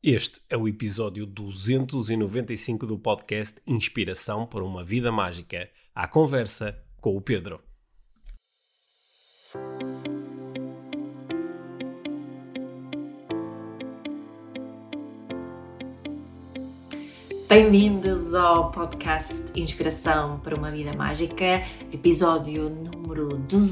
Este é o episódio 295 do podcast Inspiração para uma Vida Mágica, à conversa com o Pedro. Bem-vindos ao podcast Inspiração para uma Vida Mágica, episódio número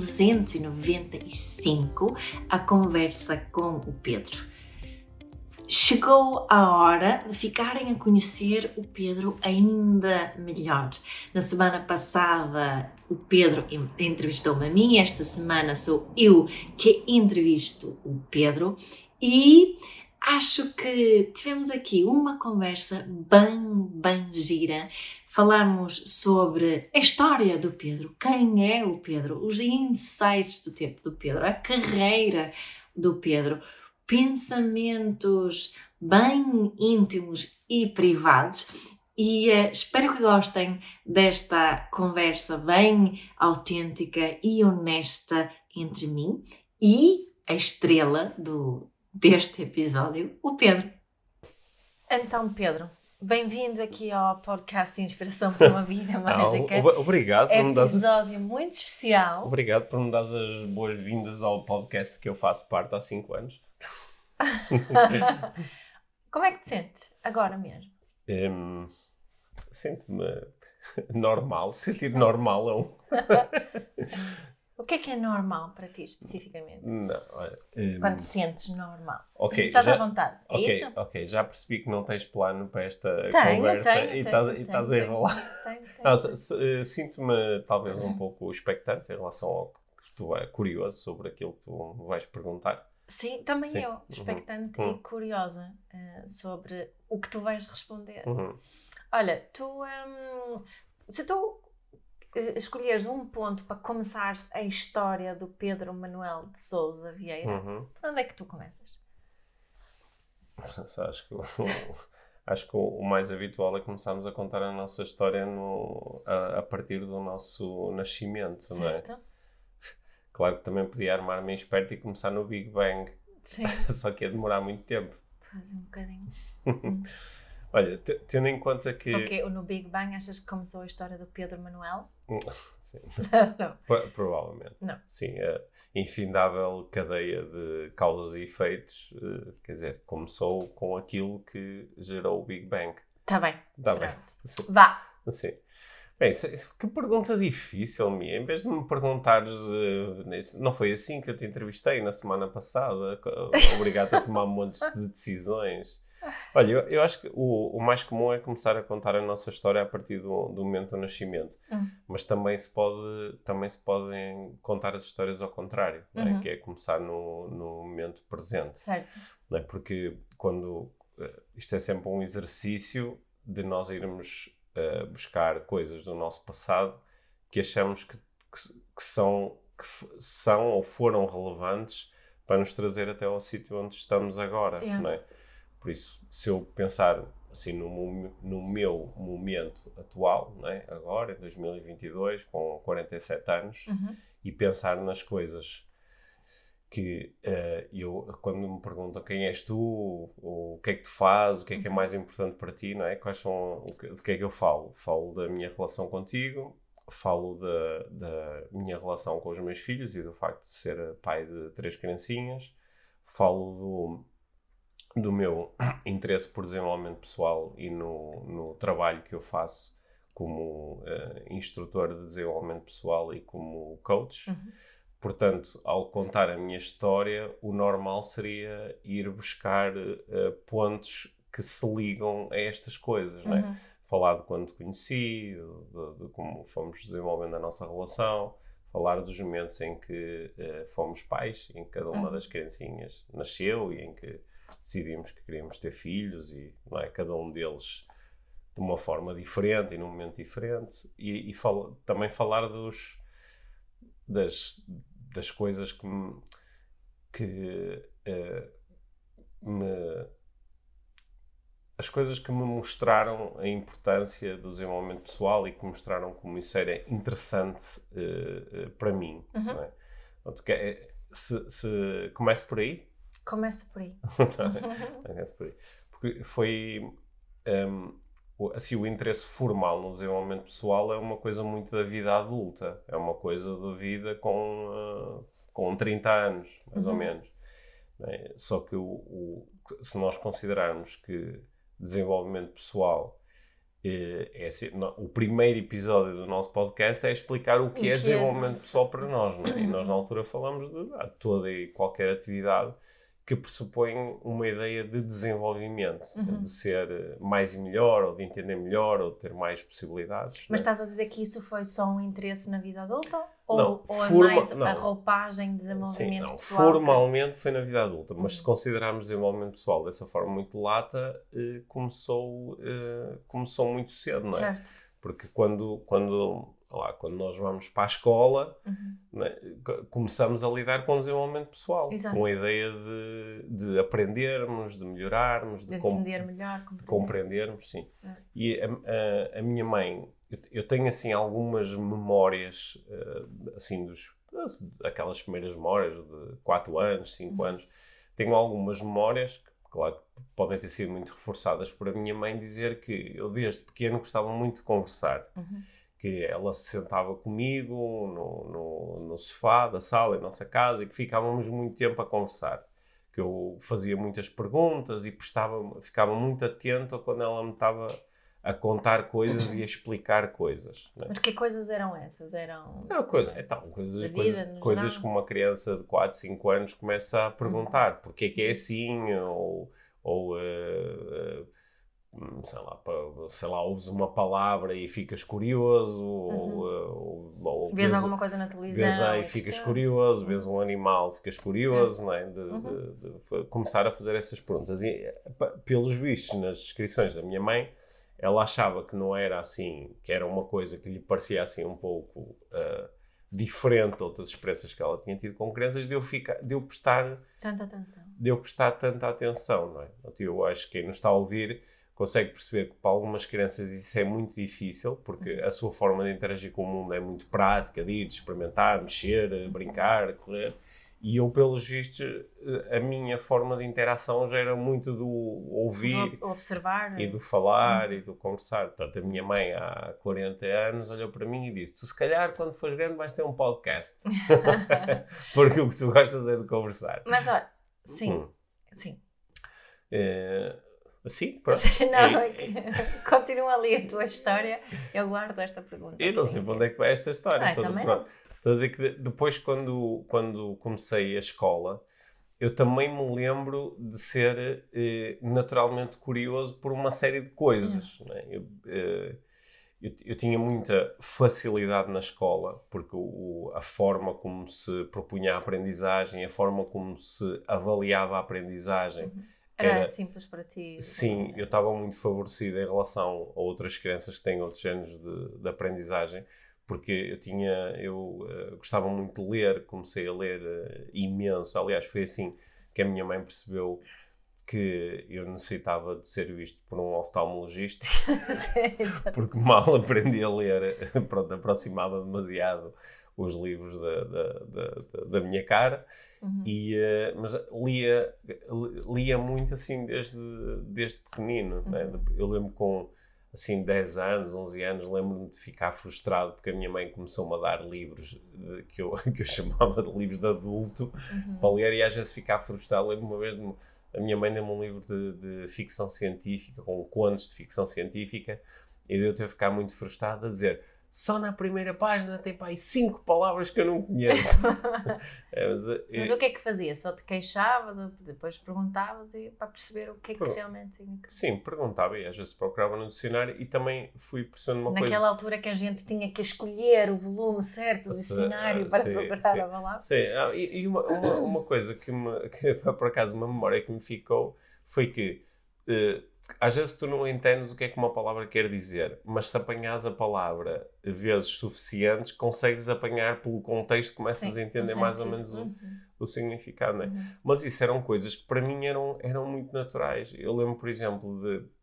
295, a conversa com o Pedro. Chegou a hora de ficarem a conhecer o Pedro ainda melhor. Na semana passada o Pedro entrevistou-me a mim, esta semana sou eu que entrevisto o Pedro e acho que tivemos aqui uma conversa bem gira. Falámos sobre a história do Pedro, quem é o Pedro, os insights do tempo do Pedro, a carreira do Pedro, pensamentos bem íntimos e privados e espero que gostem desta conversa bem autêntica e honesta entre mim e a estrela deste episódio, o Pedro. Então, Pedro, bem-vindo aqui ao podcast Inspiração para uma Vida Mágica. Obrigado por me dar episódio muito especial. Obrigado por me dar as boas-vindas ao podcast que eu faço parte há 5 anos. Como é que te sentes agora mesmo? Sinto-me normal. Sentir normal é um... O que é normal para ti, especificamente? Não, quando te sensentes normal. Okay, estás à vontade, é isso? Ok, já percebi que não tens plano para esta tenho, conversa e estás a enrolar. Sinto-me talvez um pouco expectante em relação ao que tu és curioso sobre aquilo que tu vais perguntar. Sim, também sim. Eu, expectante e curiosa sobre o que tu vais responder. Olha, se tu escolheres um ponto para começar a história do Pedro Manuel de Sousa Vieira, por onde é que tu começas? Acho que o mais habitual é começarmos a contar a nossa história a partir do nosso nascimento, certo. Não é? Claro que também podia armar-me em esperto e começar no Big Bang. Sim. Só que ia demorar muito tempo. Faz um bocadinho. Olha, tendo em conta que... Só que no Big Bang achas que começou a história do Pedro Manuel? Sim. Não. Provavelmente. Não. Sim, a infindável cadeia de causas e efeitos, quer dizer, começou com aquilo que gerou o Big Bang. Está bem. Está bem. Sim. Vá. Sim. Bem, que pergunta difícil, Mia. Em vez de me perguntares... não foi assim que eu te entrevistei na semana passada, obrigado a tomar montes de decisões. Olha, eu acho que o mais comum é começar a contar a nossa história a partir do momento do nascimento. Mas também se podem contar as histórias ao contrário, não é? Que é começar no momento presente. Certo. Não é? Porque quando... isto é sempre um exercício de nós irmos... buscar coisas do nosso passado que achamos que são ou foram relevantes para nos trazer até ao sítio onde estamos agora, não é? Por isso, se eu pensar assim no meu momento atual, não é? Agora, em 2022, com 47 anos, e pensar nas coisas que quando me perguntam quem és tu, o que é que tu fazes, o que é mais importante para ti, não é? De que é que eu falo? Falo da minha relação contigo, falo da minha relação com os meus filhos e do facto de ser pai de 3 criancinhas, falo do meu interesse por desenvolvimento pessoal e no trabalho que eu faço como instrutor de desenvolvimento pessoal e como coach. Portanto, ao contar a minha história, o normal seria ir buscar pontos que se ligam a estas coisas, não é? Falar de quando te conheci, de como fomos desenvolvendo a nossa relação, falar dos momentos em que fomos pais, em que cada uma das criancinhas nasceu e em que decidimos que queríamos ter filhos e, não é, cada um deles de uma forma diferente e num momento diferente. E também falar das coisas as coisas que me mostraram a importância do desenvolvimento pessoal e que mostraram como isso era interessante para mim. Não é? Se começo por aí? Começa por aí. Começo por aí. Porque foi assim, o interesse formal no desenvolvimento pessoal é uma coisa muito da vida adulta, é uma coisa da vida com 30 anos, mais ou menos. Né? Só que se nós considerarmos que desenvolvimento pessoal o primeiro episódio do nosso podcast é explicar o que é desenvolvimento pessoal para nós, não é? E nós na altura falamos de toda e qualquer atividade que pressupõe uma ideia de desenvolvimento, de ser mais e melhor, ou de entender melhor, ou de ter mais possibilidades. Mas estás a dizer que isso foi só um interesse na vida adulta? Ou é mais a roupagem de desenvolvimento pessoal? Formalmente foi na vida adulta, mas se considerarmos desenvolvimento pessoal dessa forma muito lata, começou muito cedo, não é? Certo. Porque quando nós vamos para a escola, né, começamos a lidar com o desenvolvimento pessoal. Exato. Com a ideia de aprendermos, de melhorarmos, de entender melhor, compreendermos, sim. E a minha mãe, eu tenho assim algumas memórias, assim, aquelas primeiras memórias de 4 anos, 5 anos. Tenho algumas memórias que, claro, podem ter sido muito reforçadas por a minha mãe, dizer que eu desde pequeno gostava muito de conversar. Que ela se sentava comigo no sofá da sala, em nossa casa, e que ficávamos muito tempo a conversar. Que eu fazia muitas perguntas e ficava muito atento a quando ela me estava a contar coisas e a explicar coisas. Né? Mas que coisas eram essas? Coisas que uma criança de 4, 5 anos começa a perguntar. Porquê que é assim? Ou sei lá, ouves uma palavra e ficas curioso, ou vês alguma coisa na televisão e ficas curioso, vês um animal, ficas curioso, não é? De começar a fazer essas perguntas. E, pelos vistos, nas descrições da minha mãe, ela achava que não era assim, que era uma coisa que lhe parecia assim um pouco diferente de outras experiências que ela tinha tido com crianças, de eu prestar tanta atenção, não é? Eu acho que quem nos está a ouvir consegue perceber que para algumas crianças isso é muito difícil, porque a sua forma de interagir com o mundo é muito prática, de ir, de experimentar, mexer, brincar, correr. E eu, pelos vistos, a minha forma de interação já era muito do ouvir, do observar e do falar e do conversar. Portanto, a minha mãe, há 40 anos, olhou para mim e disse: tu, se calhar, quando fores grande, vais ter um podcast. Porque o que tu gostas é de conversar. Mas, olha, sim. Assim, pronto. Continua ali a tua história. Eu guardo esta pergunta. Eu não sei para onde é que vai esta história. Estou a dizer que depois, quando comecei a escola, eu também me lembro de ser naturalmente curioso por uma série de coisas. Né? Eu tinha muita facilidade na escola, porque a forma como se propunha a aprendizagem, a forma como se avaliava a aprendizagem, era simples para ti? Sim, eu estava muito favorecido em relação a outras crianças que têm outros géneros de aprendizagem, porque eu gostava muito de ler, comecei a ler imenso. Aliás, foi assim que a minha mãe percebeu que eu necessitava de ser visto por um oftalmologista, porque mal aprendi a ler, pronto, aproximava demasiado os livros da minha cara. Mas lia muito assim desde pequenino. Né? Eu lembro com assim 10 anos, 11 anos, lembro-me de ficar frustrado porque a minha mãe começou-me a dar livros que eu chamava de livros de adulto para ler, e às vezes ficar frustrado. Lembro-me uma vez a minha mãe deu-me um livro de ficção científica, com contos de ficção científica, e eu tive que ficar muito frustrado a dizer: só na primeira página tem para aí 5 palavras que eu não conheço. Mas o que é que fazias? Só te queixavas ou depois perguntavas para perceber o que é que realmente significa? Sim, perguntava e às vezes procurava no dicionário, e também fui percebendo uma coisa. Naquela altura que a gente tinha que escolher o volume certo do dicionário para procurar a palavra. Sim, e uma coisa que por acaso uma memória que me ficou foi que às vezes tu não entendes o que é que uma palavra quer dizer, mas se apanhas a palavra vezes suficientes, consegues apanhar pelo contexto, começas a entender mais ou menos o significado, não é? Mas isso eram coisas que para mim eram muito naturais. Eu lembro, por exemplo,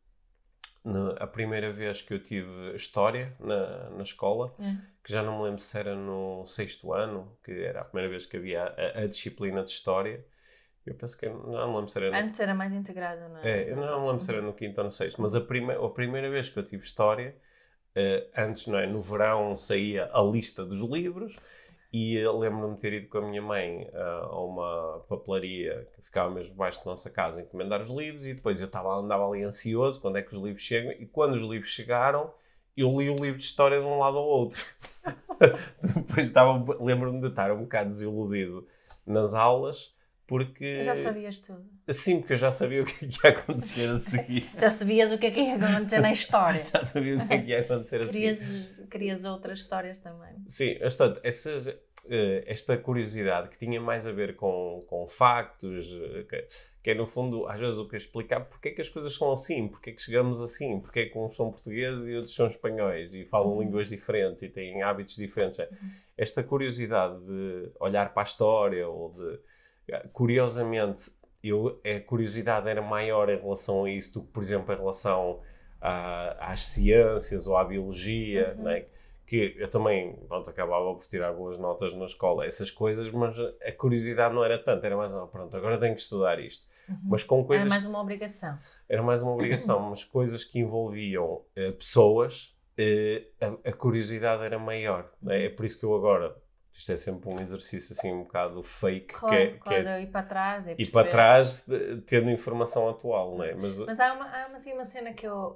a primeira vez que eu tive história na escola, que já não me lembro se era no 6º ano, que era a primeira vez que havia a disciplina de história. Eu penso que não lembro se era Antes era mais integrado, não é? Eu não lembro se era no quinto ou no sexto, mas a primeira vez que eu tive história, antes, não é? No verão saía a lista dos livros e eu lembro-me de ter ido com a minha mãe a uma papelaria que ficava mesmo debaixo da nossa casa encomendar os livros e depois eu andava ali ansioso quando é que os livros chegam e quando os livros chegaram eu li o livro de história de um lado ao outro. Depois lembro-me de estar um bocado desiludido nas aulas porque... Já sabias tudo. Sim, porque eu já sabia o que ia acontecer a seguir. Já sabias o que é que ia acontecer na história. Já sabia o que é que ia acontecer a seguir. Querias outras histórias também. Sim, esta curiosidade que tinha mais a ver com factos, que é no fundo, às vezes, o que explicar porque é que as coisas são assim, porque é que chegamos assim, porque é que uns são portugueses e outros são espanhóis e falam línguas diferentes e têm hábitos diferentes. Esta curiosidade de olhar para a história ou de... Curiosamente, a curiosidade era maior em relação a isso do que, por exemplo, em relação às ciências ou à biologia, né? Que eu também, pronto, acabava por tirar boas notas na escola, essas coisas, mas a curiosidade não era tanto, era mais, pronto, agora tenho que estudar isto. Mas com coisas... Era mais uma obrigação. Era mais uma obrigação, mas coisas que envolviam pessoas, a curiosidade era maior. Né? É por isso que eu agora... Isto é sempre um exercício assim um bocado fake. Claro, que é ir para trás. E para trás, tendo informação atual, não é? Mas há uma cena que eu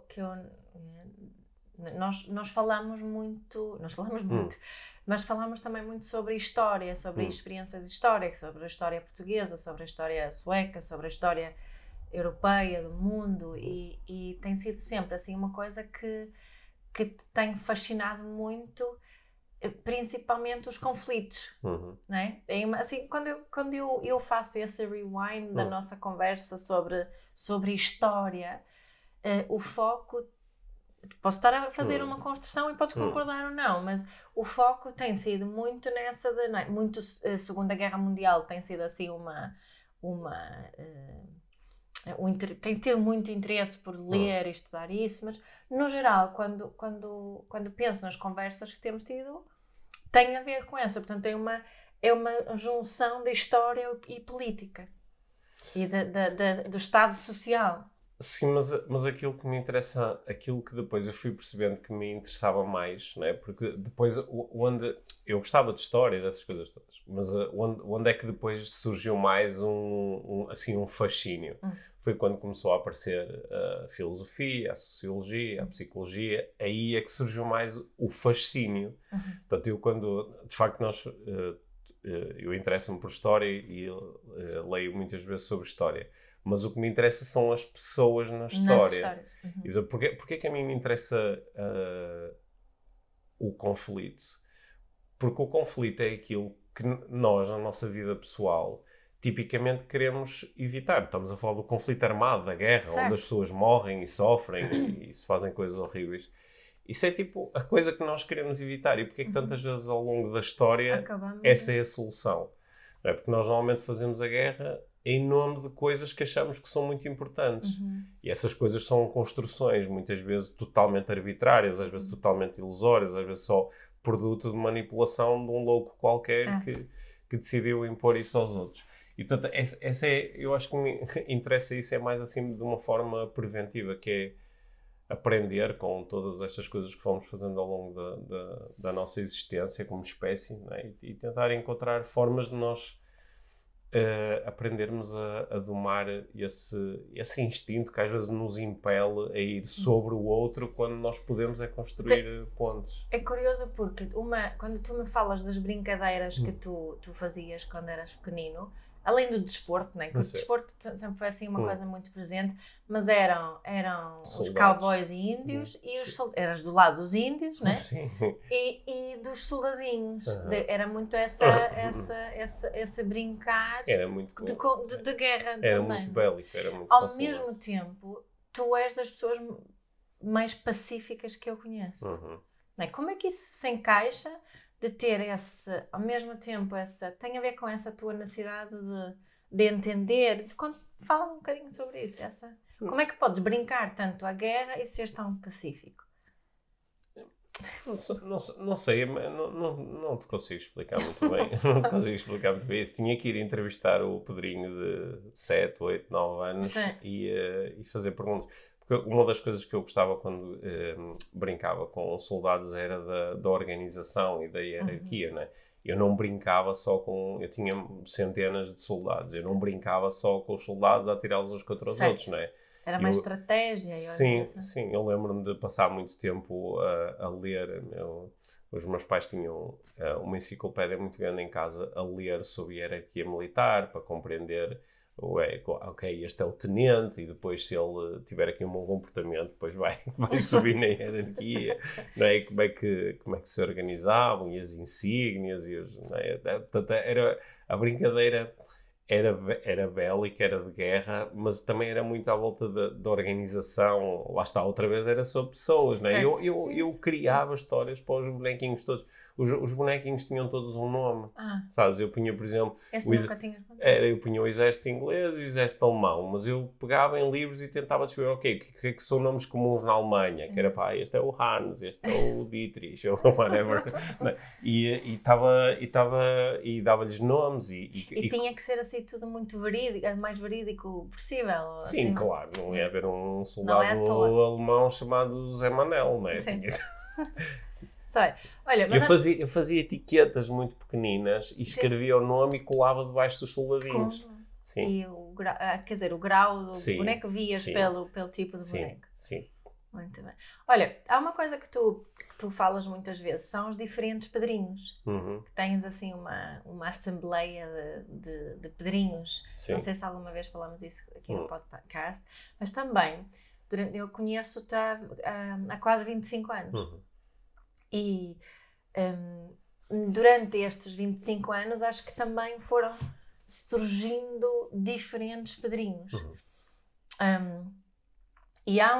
nós falamos muito, mas falamos também muito sobre história, sobre experiências históricas, sobre a história portuguesa, sobre a história sueca, sobre a história europeia, do mundo, e tem sido sempre assim uma coisa que te tem fascinado muito, principalmente os conflitos, não é? Assim, quando eu faço esse rewind da nossa conversa sobre história, o foco, posso estar a fazer uma construção e podes concordar ou não, mas o foco tem sido muito nessa de, não é? Muito Segunda Guerra Mundial tem sido assim tem tido muito interesse por ler e estudar isso, mas no geral, quando penso nas conversas que temos tido, tem a ver com essa. Portanto, é uma junção de história e política e do Estado Social. Sim, mas aquilo que me interessa, aquilo que depois eu fui percebendo que me interessava mais, né? Porque depois onde eu gostava de história e dessas coisas todas, mas onde é que depois surgiu mais um fascínio? Foi quando começou a aparecer a filosofia, a sociologia, a psicologia, aí é que surgiu mais o fascínio. Portanto, de facto, eu interesso-me por história e leio muitas vezes sobre história. Mas o que me interessa são as pessoas na história. E porquê que a mim me interessa o conflito? Porque o conflito é aquilo que nós, na nossa vida pessoal, tipicamente queremos evitar. Estamos a falar do conflito armado, da guerra, onde as pessoas morrem e sofrem e se fazem coisas horríveis. Isso é tipo a coisa que nós queremos evitar. E porquê que tantas vezes ao longo da história essa é a solução? Não é? Porque nós normalmente fazemos a guerra em nome de coisas que achamos que são muito importantes. E essas coisas são construções, muitas vezes totalmente arbitrárias, às vezes totalmente ilusórias, às vezes só produto de manipulação de um louco qualquer que decidiu impor isso aos outros. E, portanto, eu acho que me interessa isso é mais assim de uma forma preventiva, que é aprender com todas estas coisas que fomos fazendo ao longo da nossa existência como espécie, não é? E tentar encontrar formas de nós aprendermos a domar esse instinto que às vezes nos impele a ir sobre o outro quando nós podemos construir pontes. É curioso porque quando tu me falas das brincadeiras que tu fazias quando eras pequenino, além do desporto, né? Que o desporto sempre foi assim uma coisa muito presente, mas eram os cowboys e índios e eras do lado dos índios, né? E dos soldadinhos. Era muito esse brincar era muito de guerra era também. Muito bélico, era muito Ao mesmo tempo, tu és das pessoas mais pacíficas que eu conheço. Né? Como é que isso se encaixa de ter ao mesmo tempo, tem a ver com essa tua necessidade de entender, fala um bocadinho sobre isso, como é que podes brincar tanto à guerra e seres tão pacífico? Não sei, mas não te consigo explicar muito bem. Não te consigo explicar muito bem isso. Tinha que ir entrevistar o Pedrinho de 7, 8, 9 anos e fazer perguntas. Porque uma das coisas que eu gostava quando brincava com soldados era da organização e da hierarquia, né? Eu não brincava só com... Eu tinha centenas de soldados. Eu não brincava só com os soldados a atirá-los uns contra os outros, né? Era mais estratégia e organização. Sim, eu lembro-me de passar muito tempo a ler. Os meus pais tinham uma enciclopédia muito grande em casa a ler sobre hierarquia militar, para compreender, ok, este é o tenente, e depois se ele tiver aqui um bom comportamento, depois vai subir na hierarquia, não é? Como é que se organizavam, e as insígnias, não é? Portanto, a brincadeira... Era bélica, era de guerra, mas também era muito à volta da organização. Lá está, outra vez era sobre pessoas, não é? Eu criava histórias para os bonequinhos todos. Os bonequinhos tinham todos um nome, sabes? Eu punha, por exemplo... eu punha o exército inglês e o exército alemão, mas eu pegava em livros e tentava descobrir, ok, o que é que são nomes comuns na Alemanha? Que era, este é o Hans, este é o Dietrich, ou whatever. E dava-lhes nomes. E tinha que ser assim tudo muito verídico, o mais verídico possível. Sim, assim, claro, não ia haver um soldado alemão chamado Zé Manel, não é? Olha, eu fazia etiquetas muito pequeninas e escrevia o nome e colava debaixo dos soldadinhos. Sim. E o grau do boneco vias pelo tipo de boneco. Sim. Muito bem. Olha, há uma coisa que tu falas muitas vezes, são os diferentes pedrinhos. Que tens assim uma assembleia de pedrinhos. Sim. Não sei se alguma vez falamos disso aqui no podcast, mas também eu conheço-te há quase 25 anos. E durante estes 25 anos acho que também foram surgindo diferentes pedrinhos. E há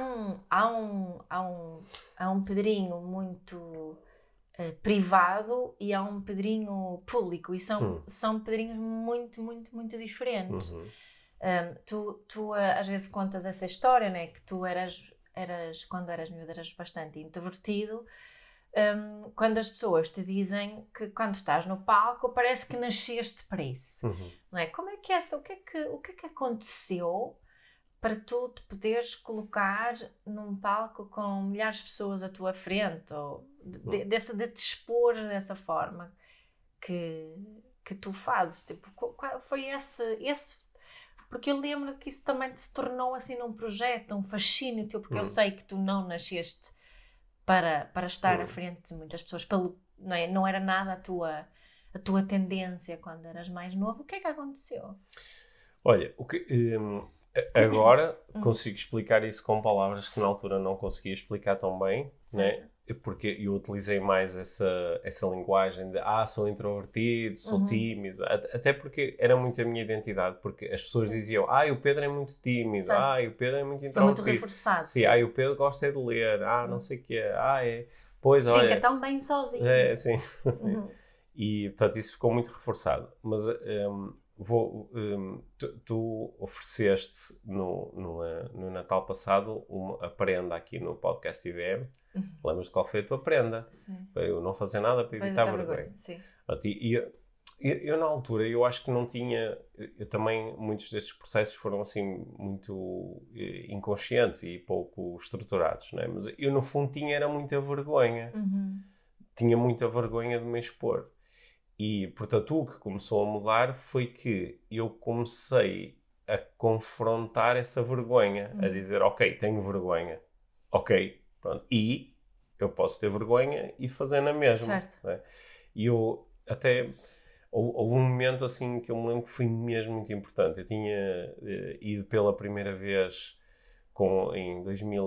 um pedrinho muito privado e há um pedrinho público, e são pedrinhos muito, muito, muito diferentes. Tu às vezes contas essa história, né? Que tu eras quando eras miúdo, eras bastante introvertido. Quando as pessoas te dizem que quando estás no palco parece que nasceste para isso, não é? Como é que o que é que aconteceu para tu te poderes colocar num palco com milhares de pessoas à tua frente, ou de te expor dessa forma que tu fazes? Tipo, qual foi esse... Porque eu lembro que isso também se tornou assim num projeto, um fascínio teu, porque eu sei que tu não nasceste para estar à frente de muitas pessoas, não era nada a tua tendência quando eras mais novo. O que é que aconteceu? Olha, agora consigo explicar isso com palavras que na altura não conseguia explicar tão bem, né? Porque eu utilizei mais essa linguagem de sou introvertido, sou tímido, até porque era muito a minha identidade, porque as pessoas diziam, o Pedro é muito tímido, o Pedro é muito introvertido. Foi muito reforçado. Sim, o Pedro gosta de ler, não sei o quê, pois olha... Fica tão bem sozinho. Sim. E, portanto, isso ficou muito reforçado. Mas tu ofereceste no Natal passado a prenda aqui no podcast IVM. Lembras de qual foi a tua prenda? Sim. Foi eu não fazer nada para evitar vergonha. Sim. E eu na altura, eu acho que não tinha... Eu também, muitos destes processos foram assim muito inconscientes e pouco estruturados, né? Mas eu no fundo era muita vergonha. Tinha muita vergonha de me expor. E, portanto, o que começou a mudar foi que eu comecei a confrontar essa vergonha, a dizer, ok, tenho vergonha, ok, pronto, e eu posso ter vergonha e fazer na mesma. Né? E eu até... Houve um momento assim que eu me lembro que foi mesmo muito importante. Eu tinha ido pela primeira vez em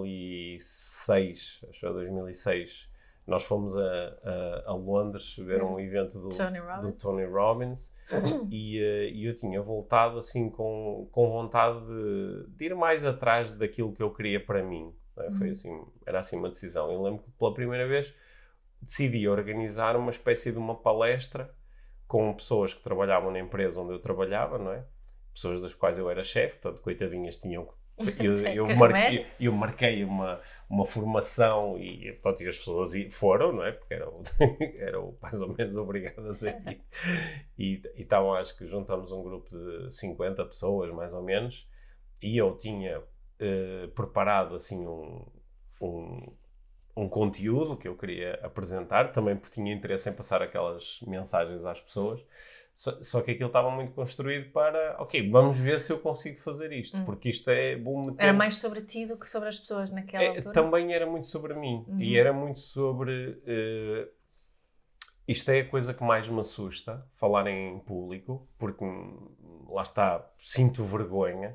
2006, acho que foi 2006, nós fomos a Londres ver um evento do Tony Robbins e eu tinha voltado assim com vontade de ir mais atrás daquilo que eu queria para mim. Foi assim, era assim uma decisão. Eu lembro que pela primeira vez decidi organizar uma espécie de uma palestra com pessoas que trabalhavam na empresa onde eu trabalhava, não é? Pessoas das quais eu era chefe, portanto, coitadinhas, tinham que Eu marquei uma formação e, pronto, e as pessoas foram, não é? Porque eram mais ou menos obrigadas a ir. E então acho que juntamos um grupo de 50 pessoas, mais ou menos, e eu tinha preparado assim um conteúdo que eu queria apresentar, também porque tinha interesse em passar aquelas mensagens às pessoas. Só que aquilo estava muito construído para, ok, vamos ver se eu consigo fazer isto, porque isto é bom. Era mais sobre ti do que sobre as pessoas naquela altura? Também era muito sobre mim, e era muito sobre... isto é a coisa que mais me assusta, falar em público, porque, lá está, sinto vergonha.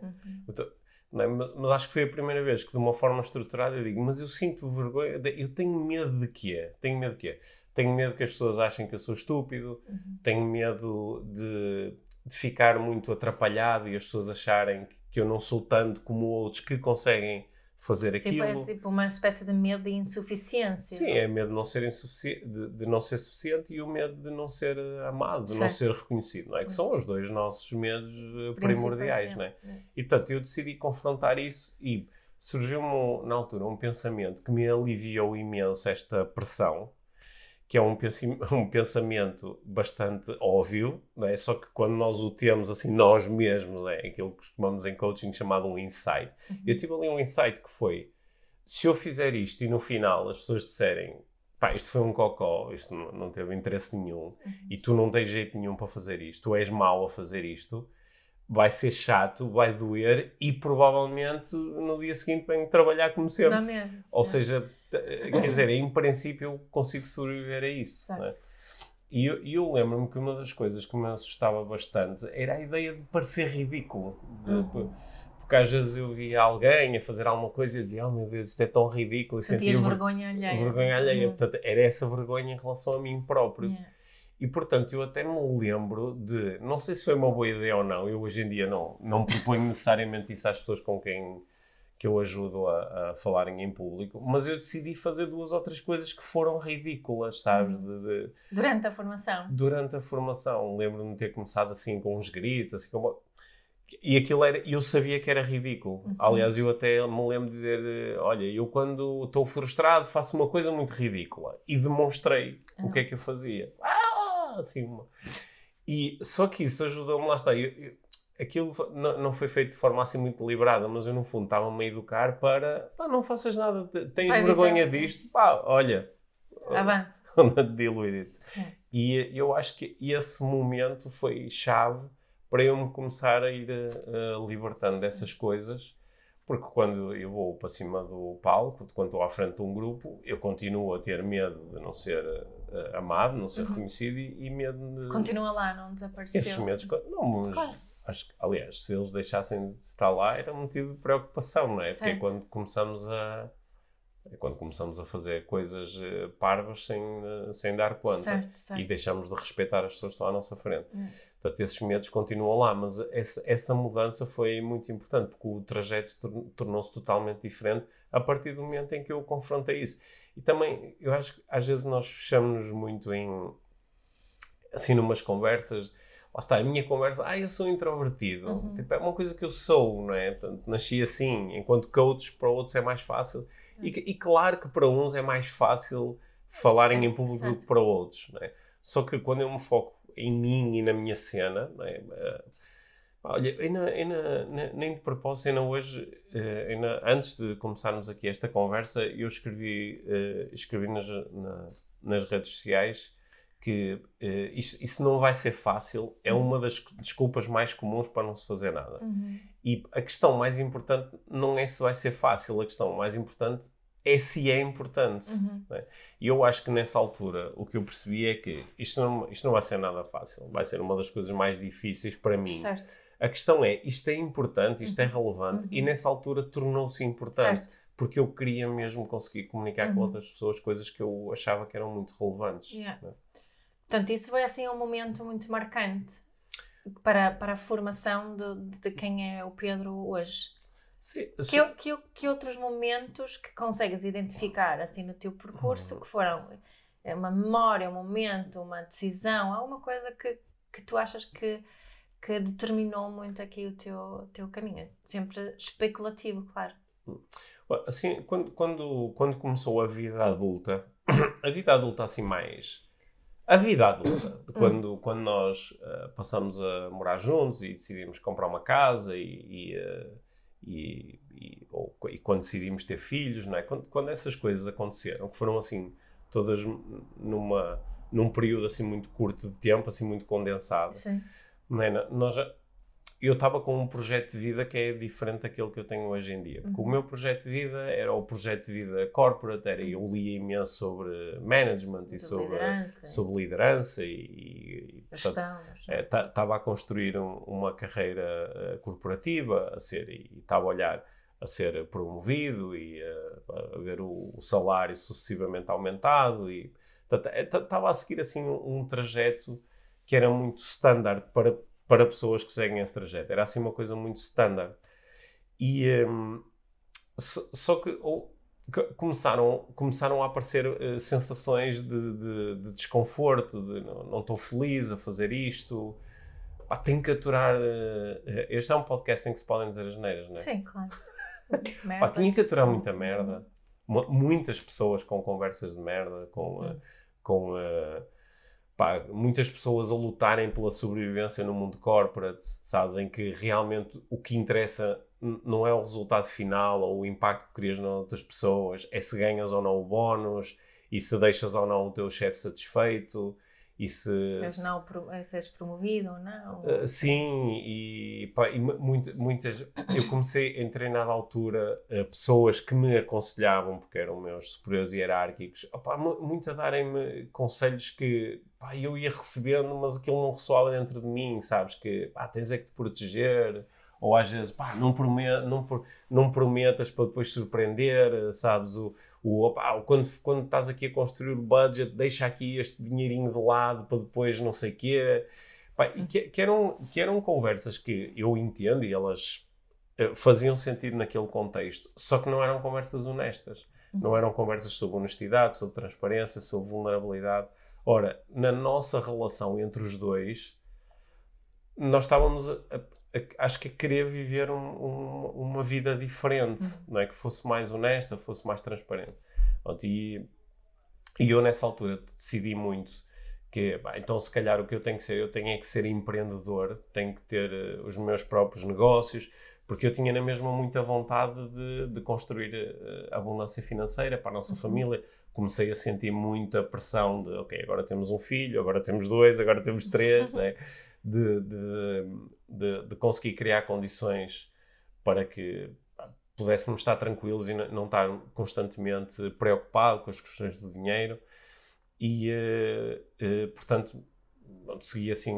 Não é? Mas acho que foi a primeira vez que, de uma forma estruturada, eu digo, mas eu sinto vergonha, eu tenho medo de quê? Tenho medo de quê? Tenho medo que as pessoas achem que eu sou estúpido, tenho medo de ficar muito atrapalhado e as pessoas acharem que eu não sou tanto como outros que conseguem fazer aquilo. É tipo uma espécie de medo de insuficiência. Sim, é medo de não ser de não ser suficiente e o medo de não ser amado, de não ser reconhecido, não é? Que são os dois nossos medos primordiais, não é? E, portanto, eu decidi confrontar isso e surgiu-me, na altura, um pensamento que me aliviou imenso esta pressão, que é um pensamento bastante óbvio, não é? Só que quando nós o temos assim nós mesmos, é aquilo que costumamos em coaching chamado um insight. Eu tive ali um insight que foi, se eu fizer isto e no final as pessoas disserem, pá, isto foi um cocó, isto não teve interesse nenhum, e tu não tens jeito nenhum para fazer isto, tu és mau a fazer isto, vai ser chato, vai doer e provavelmente no dia seguinte venho trabalhar como sempre. Não mesmo. Ou seja, quer dizer, em princípio eu consigo sobreviver a isso. Né? E eu lembro-me que uma das coisas que me assustava bastante era a ideia de parecer ridículo. Porque às vezes eu via alguém a fazer alguma coisa e eu dizia, oh meu Deus, isto é tão ridículo. Sentias vergonha alheia. Vergonha alheia. Portanto, era essa vergonha em relação a mim próprio. E, portanto, eu até me lembro de... Não sei se foi uma boa ideia ou não. Eu, hoje em dia, não proponho necessariamente isso às pessoas com quem que eu ajudo a falarem em público. Mas eu decidi fazer 2 ou 3 coisas que foram ridículas, sabes? Durante a formação? Durante a formação. Lembro-me de ter começado assim com uns gritos, assim como... E aquilo era... Eu sabia que era ridículo. Aliás, eu até me lembro de dizer... Olha, eu quando estou frustrado faço uma coisa muito ridícula. E demonstrei o que é que eu fazia. Assim, e só que isso ajudou-me, lá está, aquilo não foi feito de forma assim muito deliberada, mas eu no fundo estava-me a educar para, não faças nada, tens vergonha disto, olha, avança, deal with it. E eu acho que esse momento foi chave para eu me começar a ir libertando dessas coisas, porque quando eu vou para cima do palco, quando estou à frente de um grupo, eu continuo a ter medo de não ser amado, não ser reconhecido e medo de... Continua lá, não desapareceu. Esses medos... Não, mas claro. Acho que, aliás, se eles deixassem de estar lá, era motivo de preocupação, não é? Porque é quando começamos a fazer coisas parvas sem dar conta. Certo. E deixamos de respeitar as pessoas que estão à nossa frente. Portanto, esses medos continuam lá, mas essa mudança foi muito importante, porque o trajeto tornou-se totalmente diferente a partir do momento em que eu confrontei isso. E também, eu acho que às vezes nós fechamos-nos muito assim, numas conversas, lá está, a minha conversa, eu sou introvertido. Tipo, é uma coisa que eu sou, não é? Portanto, nasci assim, enquanto coach, para outros é mais fácil. E claro que para uns é mais fácil falarem em público do que para outros, não é? Só que quando eu me foco em mim e na minha cena, não é? Olha, nem de propósito, ainda hoje, antes de começarmos aqui esta conversa, eu escrevi nas redes sociais que isso não vai ser fácil, é uma das desculpas mais comuns para não se fazer nada. E a questão mais importante não é se vai ser fácil, a questão mais importante é se é importante. Né? E eu acho que nessa altura o que eu percebi é que isto não vai ser nada fácil, vai ser uma das coisas mais difíceis para mim. Certo. A questão é, isto é importante, isto é relevante, e nessa altura tornou-se importante. Certo. Porque eu queria mesmo conseguir comunicar com outras pessoas coisas que eu achava que eram muito relevantes. Né? Portanto, isso foi assim um momento muito marcante para a formação de quem é o Pedro hoje. Sim. Que outros momentos que consegues identificar assim no teu percurso que foram uma memória, um momento, uma decisão, alguma coisa que tu achas que que determinou muito aqui o teu caminho? Sempre especulativo, claro. Assim, quando começou a vida adulta, a vida adulta assim mais... A vida adulta, quando nós passamos a morar juntos e decidimos comprar uma casa e quando decidimos ter filhos, não é? Quando essas coisas aconteceram, que foram assim, todas num período assim muito curto de tempo, assim muito condensado, Sim. não é? Eu estava com um projeto de vida que é diferente daquele que eu tenho hoje em dia. Porque o meu projeto de vida era o projeto de vida corporate, eu lia imenso sobre management e sobre liderança e estava a construir uma carreira corporativa, e estava a olhar a ser promovido e a ver o salário sucessivamente aumentado e estava a seguir assim um trajeto que era muito standard para pessoas que seguem esse trajeto. Era assim uma coisa muito standard. E só que começaram a aparecer sensações de desconforto, de não estou feliz a fazer isto. Tenho que aturar... este é um podcast em que se podem dizer as neiras, não é? Sim, claro. Tinha que aturar muita merda. Muitas pessoas com conversas de merda, muitas pessoas a lutarem pela sobrevivência no mundo corporate, sabes? Em que realmente o que interessa não é o resultado final ou o impacto que crias nas outras pessoas, é se ganhas ou não o bónus e se deixas ou não o teu chefe satisfeito e se... seres promovido ou não. Sim, muitas... Eu comecei a treinar na altura pessoas que me aconselhavam, porque eram meus superiores hierárquicos, muito a darem-me conselhos que eu ia recebendo, mas aquilo não ressoava dentro de mim, sabes? Que tens é que te proteger, ou às vezes não prometas para depois surpreender, sabes? Quando estás aqui a construir o budget, deixa aqui este dinheirinho de lado para depois não sei o quê. Que eram conversas que eu entendo e elas faziam sentido naquele contexto, só que não eram conversas honestas. Não eram conversas sobre honestidade, sobre transparência, sobre vulnerabilidade. Ora, na nossa relação entre os dois, nós estávamos acho que a querer viver uma vida diferente, não é? Que fosse mais honesta, fosse mais transparente. E eu nessa altura decidi muito que, então se calhar o que eu tenho é que ser empreendedor, tenho que ter os meus próprios negócios, porque eu tinha na mesma muita vontade de construir abundância financeira para a nossa família. Comecei a sentir muita pressão de, ok, agora temos um filho, agora temos 2, agora temos 3, né? De conseguir criar condições para que pudéssemos estar tranquilos e não estar constantemente preocupado com as questões do dinheiro e, portanto, segui assim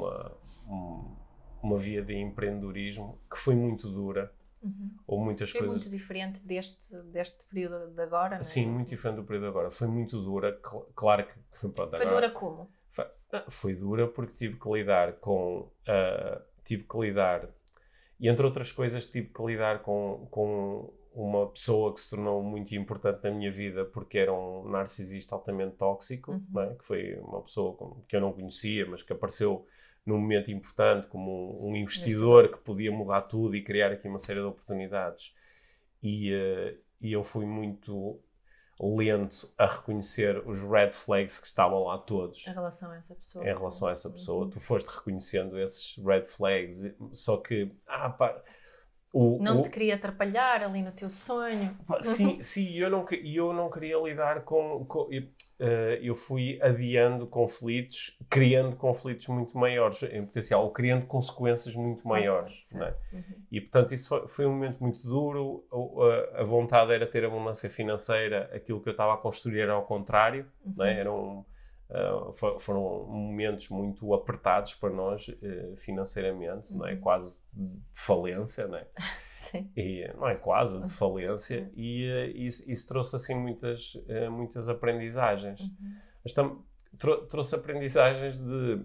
uma via de empreendedorismo que foi muito dura. Ou muitas foi coisas... muito diferente deste período de agora, não é? Sim, muito diferente do período de agora. Foi muito dura, claro que... Pronto, foi dura como? Foi dura porque tive que lidar com... E entre outras coisas tive que lidar com uma pessoa que se tornou muito importante na minha vida porque era um narcisista altamente tóxico, não é? Que foi uma pessoa que eu não conhecia, mas que apareceu num momento importante como um investidor que podia mudar tudo e criar aqui uma série de oportunidades. E eu fui muito lento a reconhecer os red flags que estavam lá todos. Em relação a essa pessoa. Em relação a essa pessoa. Tu foste reconhecendo esses red flags, só que... não te queria atrapalhar ali no teu sonho. Sim, eu não queria lidar com eu fui adiando conflitos, criando conflitos muito maiores em potencial, ou criando consequências muito maiores. Não é? E, portanto, isso foi um momento muito duro. A vontade era ter abundância financeira, aquilo que eu estava a construir era ao contrário. Não é? Foram momentos muito apertados para nós financeiramente, não é? Quase de falência, não é? Sim. E, não é quase, de falência, e isso trouxe assim muitas aprendizagens. Mas trouxe aprendizagens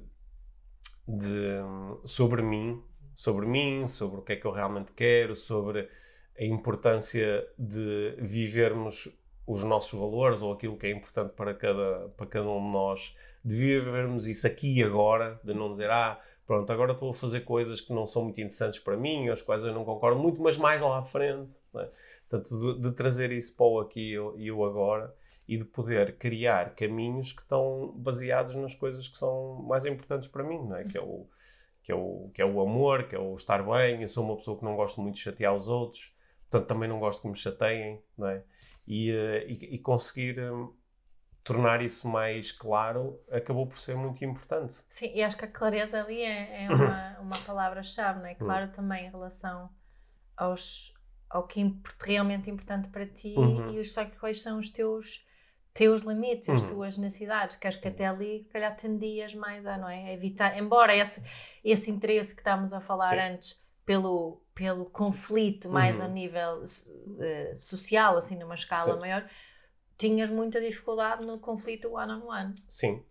sobre mim, sobre o que é que eu realmente quero, sobre a importância de vivermos os nossos valores ou aquilo que é importante para cada um de nós, de vivermos isso aqui e agora, de não dizer, pronto, agora estou a fazer coisas que não são muito interessantes para mim, as quais eu não concordo muito, mas mais lá à frente, não é? Portanto, de trazer isso para o aqui e o agora e de poder criar caminhos que estão baseados nas coisas que são mais importantes para mim, não é? Que é o amor, que é o estar bem. Eu sou uma pessoa que não gosto muito de chatear os outros, portanto também não gosto que me chateiem, não é? E conseguir tornar isso mais claro acabou por ser muito importante. Sim, e acho que a clareza ali é uma palavra-chave, não é? Claro, também em relação ao que é realmente importante para ti e quais são os teus limites, as tuas necessidades, que acho que até ali, se calhar, tendias mais a, não é? A evitar, embora esse interesse que estávamos a falar antes pelo conflito mais a nível social, assim, numa escala maior, tinhas muita dificuldade no conflito one-on-one. Sim.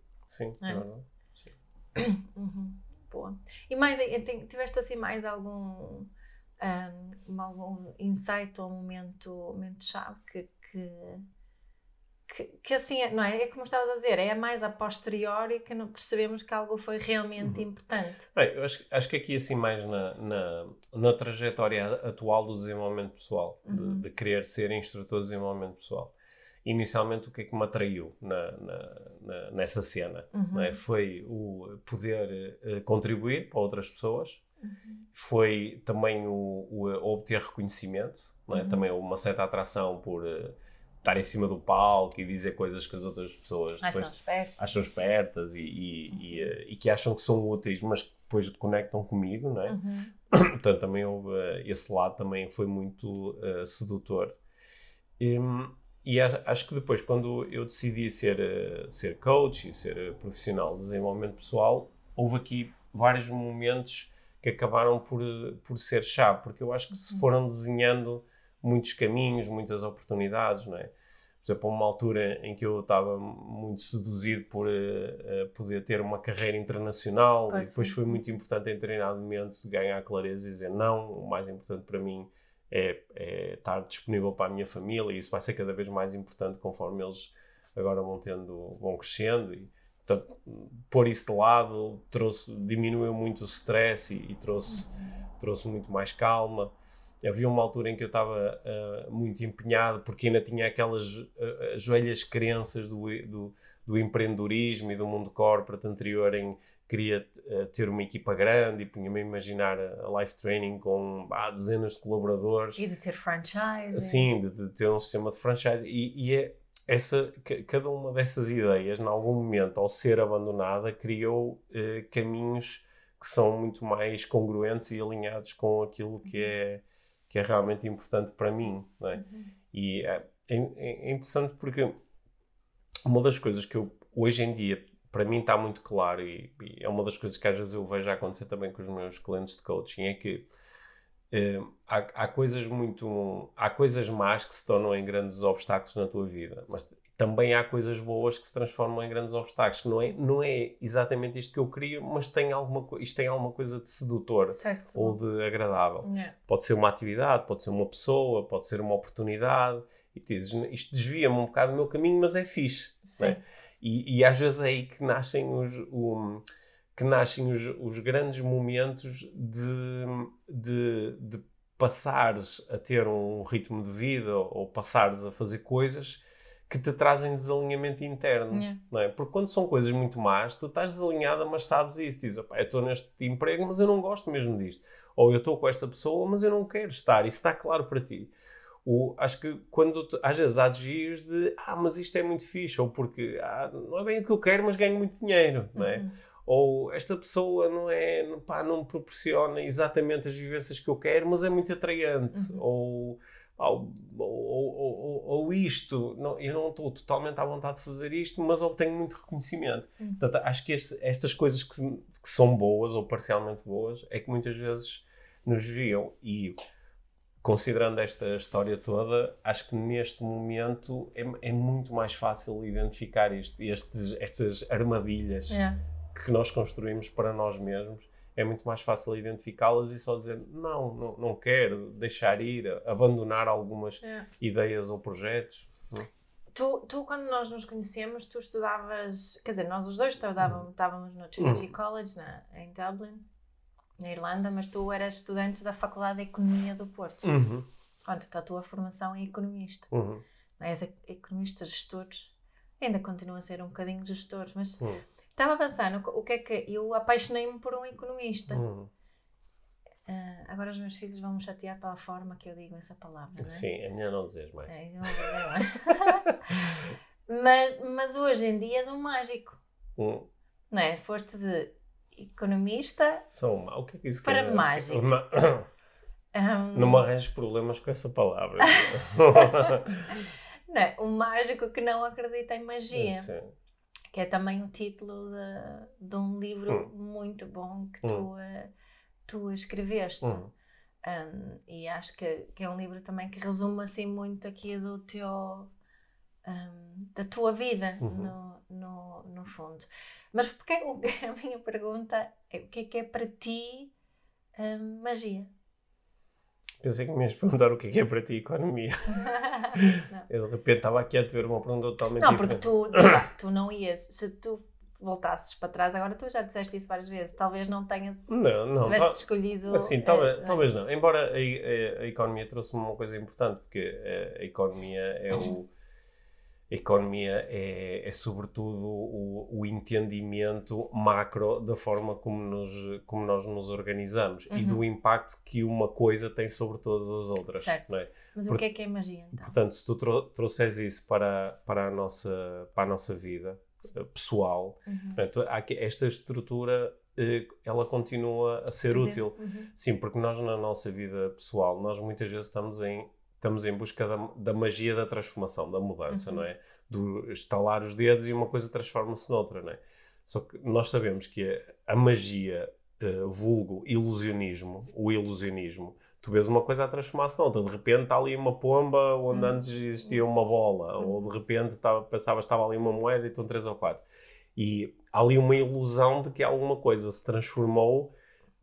Boa. E mais, tiveste assim mais algum insight ou momento-chave que assim, não é? É como estavas a dizer, é mais a posteriori que não percebemos que algo foi realmente importante. Bem, eu acho que aqui assim mais na trajetória atual do desenvolvimento pessoal, de querer ser instrutor de desenvolvimento pessoal. Inicialmente o que é que me atraiu nessa cena? Não é? Foi o poder contribuir para outras pessoas, foi também o obter reconhecimento, não é? Também uma certa atração por estar em cima do palco e dizer coisas que as outras pessoas depois acham espertas e que acham que são úteis, mas que depois conectam comigo, não é? Portanto, também esse lado também foi muito sedutor. E acho que depois, quando eu decidi ser coach e ser profissional de desenvolvimento pessoal, houve aqui vários momentos que acabaram por ser chave, porque eu acho que se foram desenhando muitos caminhos, muitas oportunidades, não é? Por exemplo, uma altura em que eu estava muito seduzido por poder ter uma carreira internacional, e depois foi muito importante em determinado momento ganhar clareza e dizer não, o mais importante para mim é estar disponível para a minha família, e isso vai ser cada vez mais importante conforme eles agora vão crescendo, e portanto, pôr isso de lado diminuiu muito o stress e trouxe muito mais calma. Havia uma altura em que eu estava muito empenhado, porque ainda tinha aquelas as velhas crenças do empreendedorismo e do mundo corporate anterior, em queria ter uma equipa grande e punha-me a imaginar a Life Training com dezenas de colaboradores. E de ter franchise. Sim, de ter um sistema de franchise. Cada uma dessas ideias, em algum momento, ao ser abandonada, criou caminhos que são muito mais congruentes e alinhados com aquilo que é realmente importante para mim, não é? E é interessante porque uma das coisas que eu, hoje em dia, para mim está muito claro, e é uma das coisas que às vezes eu vejo acontecer também com os meus clientes de coaching, é que há coisas más que se tornam em grandes obstáculos na tua vida, mas também há coisas boas que se transformam em grandes obstáculos, que não é exatamente isto que eu queria, mas isto tem alguma coisa de sedutor, certo, ou de agradável. Pode ser uma atividade, pode ser uma pessoa, pode ser uma oportunidade, e tu dizes, isto desvia-me um bocado do meu caminho, mas é fixe. Não é? E às vezes é aí que nascem os grandes momentos de passares a ter um ritmo de vida, ou passares a fazer coisas que te trazem desalinhamento interno, não é? Porque quando são coisas muito más, tu estás desalinhada, mas sabes isso. Dizes, eu estou neste emprego, mas eu não gosto mesmo disto. Ou eu estou com esta pessoa, mas eu não quero estar. Isso está claro para ti. Acho que às vezes há desvios de mas isto é muito fixe, ou porque não é bem o que eu quero, mas ganho muito dinheiro, não é? Ou esta pessoa não me proporciona exatamente as vivências que eu quero, mas é muito atraente. Ou isto, eu não estou totalmente à vontade de fazer isto, mas obtenho muito reconhecimento. Portanto, acho que estas coisas que são boas ou parcialmente boas é que muitas vezes nos desviam. E considerando esta história toda, acho que neste momento é muito mais fácil identificar estas armadilhas que nós construímos para nós mesmos. É muito mais fácil identificá-las e só dizer não quero, deixar ir, abandonar algumas ideias ou projetos. Tu, quando nós nos conhecemos, tu estudavas, quer dizer, nós os dois estávamos no Trinity College, em Dublin, na Irlanda, mas tu eras estudante da Faculdade de Economia do Porto. Onde a tua formação é economista. És economista, gestores, ainda continua a ser um bocadinho gestores, mas estava a pensar no o que é que... Eu apaixonei-me por um economista. Agora os meus filhos vão me chatear pela forma que eu digo essa palavra, não é? Sim, é melhor não dizeres mais. Não vou dizer mais. mas hoje em dia és um mágico. Não é? Foste de economista O que é que isso para quer mágico. Não me arranjes problemas com essa palavra. Não é? Um mágico que não acredita em magia. Sim. Que é também o título de um livro muito bom que tu escreveste. E acho que é um livro também que resume assim muito aqui do teu da tua vida no fundo. Mas porque a minha pergunta é o que é para ti magia? Pensei que me ias perguntar o que é para ti economia. Eu de repente estava aqui a te ver uma pergunta totalmente diferente. Porque tu não ias, se tu voltasses para trás, agora tu já disseste isso várias vezes, talvez não tenhas tivesse escolhido... Assim, talvez não. Embora a economia trouxe-me uma coisa importante, porque a economia é sobretudo o entendimento macro da forma como nós nos organizamos e do impacto que uma coisa tem sobre todas as outras. Certo. Não é? Mas o que é magia, então? Portanto, se tu trouxeres isso para a nossa vida pessoal, portanto, esta estrutura ela continua a ser útil. Sim, porque nós na nossa vida pessoal, nós muitas vezes estamos em busca da magia da transformação, da mudança, não é? Do estalar os dedos e uma coisa transforma-se noutra, não é? Só que nós sabemos que a magia, vulgo ilusionismo, o ilusionismo, tu vês uma coisa a transformar-se noutra. De repente está ali uma pomba onde antes existia uma bola, ou de repente pensavas que estava ali uma moeda e estão 3 ou 4. E há ali uma ilusão de que alguma coisa se transformou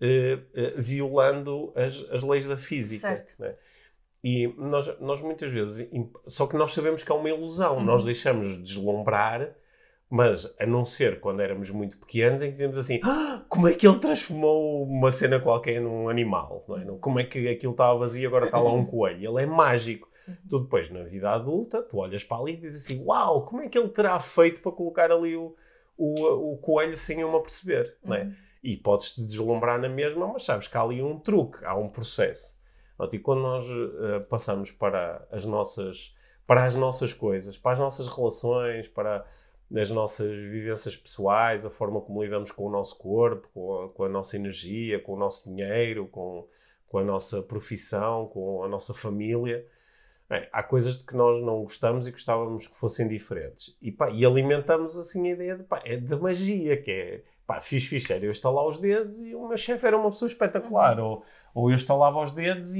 violando as leis da física. Certo. Não é? E nós muitas vezes... Só que nós sabemos que é uma ilusão. Nós deixamos deslumbrar, mas a não ser quando éramos muito pequenos, em que dizemos assim, como é que ele transformou uma cena qualquer num animal? Não é? Como é que aquilo estava vazio e agora está lá um coelho? Ele é mágico. Tu depois, na vida adulta, tu olhas para ali e dizes assim, uau, como é que ele terá feito para colocar ali o coelho sem eu me aperceber? Não é? E podes-te deslumbrar na mesma, mas sabes que há ali um truque, há um processo. E quando nós passamos para as nossas coisas, para as nossas relações, para as nossas vivências pessoais, a forma como lidamos com o nosso corpo, com a nossa energia, com o nosso dinheiro, com a nossa profissão, com a nossa família, há coisas de que nós não gostamos e gostávamos que fossem diferentes. E alimentamos assim a ideia de magia, que é, fixe, era eu estalar os dedos e o meu chefe era uma pessoa espetacular, ou eu estalava os dedos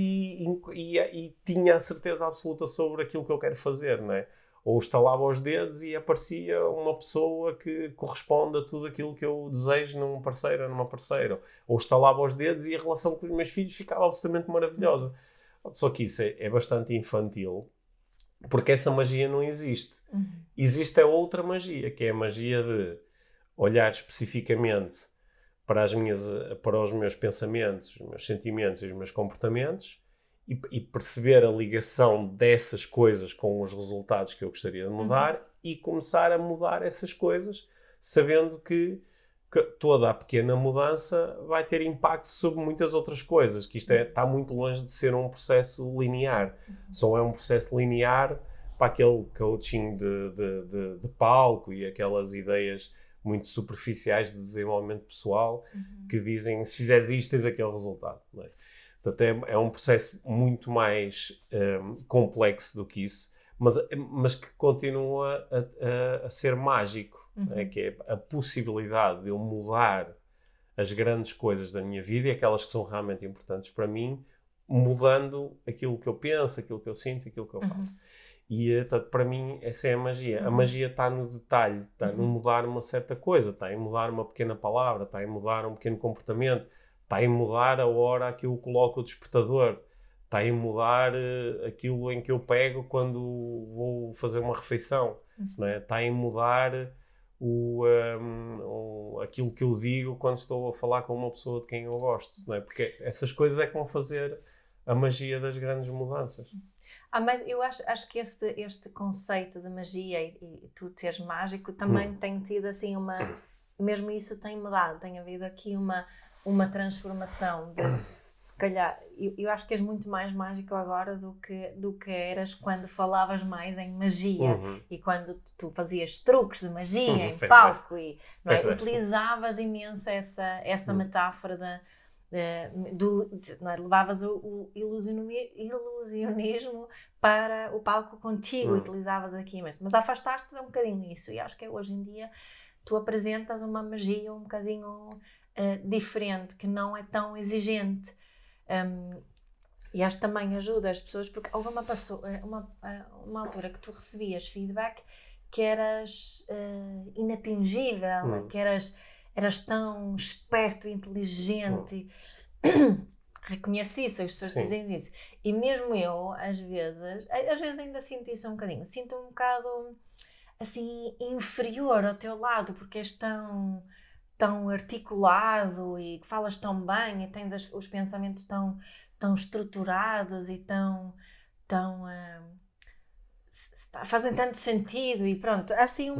e tinha a certeza absoluta sobre aquilo que eu quero fazer, não é? Ou estalava os dedos e aparecia uma pessoa que corresponde a tudo aquilo que eu desejo num parceiro ou numa parceira. Ou estalava os dedos e a relação com os meus filhos ficava absolutamente maravilhosa. Só que isso é bastante infantil, porque essa magia não existe. Existe a outra magia, que é a magia de olhar especificamente para os meus pensamentos, os meus sentimentos e os meus comportamentos e perceber a ligação dessas coisas com os resultados que eu gostaria de mudar e começar a mudar essas coisas, sabendo que toda a pequena mudança vai ter impacto sobre muitas outras coisas, que isto está muito longe de ser um processo linear. Só é um processo linear para aquele coaching de palco e aquelas ideias muito superficiais de desenvolvimento pessoal que dizem, se fizeres isto, tens aquele resultado. Não é? Portanto, é um processo muito mais complexo do que isso, mas que continua a ser mágico, é? Que é a possibilidade de eu mudar as grandes coisas da minha vida e aquelas que são realmente importantes para mim, mudando aquilo que eu penso, aquilo que eu sinto, aquilo que eu faço. E, para mim, essa é a magia. A magia está no detalhe, está no mudar uma certa coisa, está em mudar uma pequena palavra, está em mudar um pequeno comportamento, está em mudar a hora que eu coloco o despertador, em mudar aquilo em que eu pego quando vou fazer uma refeição, não é? Está em mudar aquilo que eu digo quando estou a falar com uma pessoa de quem eu gosto, não é? Porque essas coisas é que vão fazer a magia das grandes mudanças. Mas eu acho que este conceito de magia e tu teres mágico também tem tido assim mesmo isso tem mudado, tem havido aqui uma transformação de, se calhar, eu acho que és muito mais mágico agora do que eras quando falavas mais em magia e quando tu fazias truques de magia em palco e não é? Utilizavas imenso essa metáfora não é? Levavas o ilusionismo para o palco contigo, utilizavas aqui mesmo, mas afastaste um bocadinho isso e acho que hoje em dia tu apresentas uma magia um bocadinho diferente, que não é tão exigente. E acho que também ajuda as pessoas, porque houve uma altura que tu recebias feedback que eras inatingível, que eras tão esperto e inteligente. Reconheci isso, as pessoas dizem isso. E mesmo eu, às vezes ainda sinto isso um bocadinho. Sinto um bocado assim, inferior ao teu lado, porque és tão articulado e falas tão bem e tens os pensamentos tão estruturados e fazem tanto sentido e pronto, assim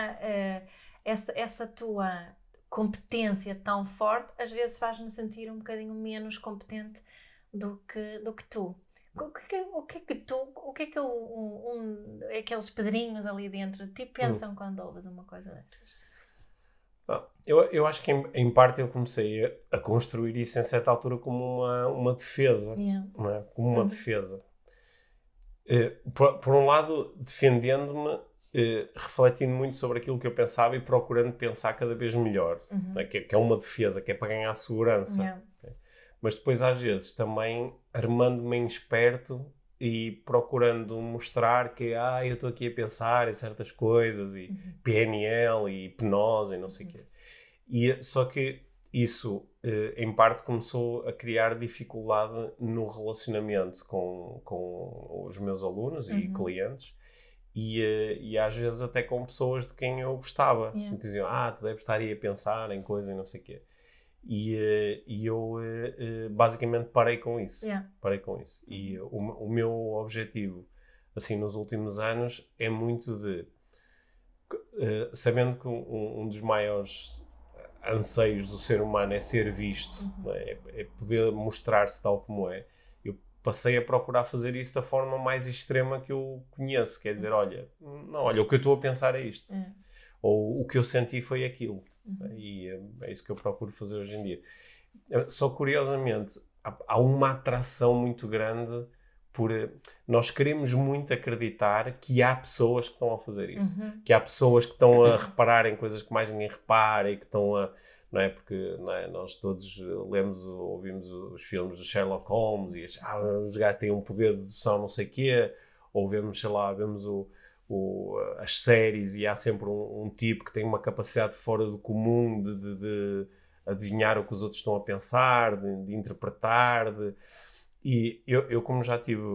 essa tua competência tão forte às vezes faz-me sentir um bocadinho menos competente do que tu. O que é que aqueles pedrinhos ali dentro de ti pensam quando ouves uma coisa dessas? Eu acho que em parte eu comecei a construir isso em certa altura como uma defesa, não é? Como uma defesa. Por um lado, defendendo-me, refletindo muito sobre aquilo que eu pensava e procurando pensar cada vez melhor, não é? Que é uma defesa, que é para ganhar segurança. Mas depois, às vezes, também armando-me em esperto e procurando mostrar que eu estou aqui a pensar em certas coisas, e PNL e hipnose e não sei o quê. Só que isso, em parte, começou a criar dificuldade no relacionamento com os meus alunos e clientes e às vezes até com pessoas de quem eu gostava. Que diziam, tu deves estar aí a pensar em coisa e não sei o quê. E eu basicamente parei com isso. E o meu objetivo, assim, nos últimos anos, é muito de... sabendo que um dos maiores anseios do ser humano é ser visto, é poder mostrar-se tal como é, eu passei a procurar fazer isso da forma mais extrema que eu conheço. Quer dizer, olha, o que eu estou a pensar é isto. Ou o que eu senti foi aquilo. E é isso que eu procuro fazer hoje em dia. Só curiosamente, há uma atração muito grande por... Nós queremos muito acreditar que há pessoas que estão a fazer isso. Que há pessoas que estão a reparar em coisas que mais ninguém repara e que estão a... Não é? Porque nós todos ouvimos os filmes do Sherlock Holmes e os gajos têm um poder de dedução não sei o quê. Ou vemos as séries e há sempre um tipo que tem uma capacidade fora do comum de adivinhar o que os outros estão a pensar, de interpretar. E eu como já tive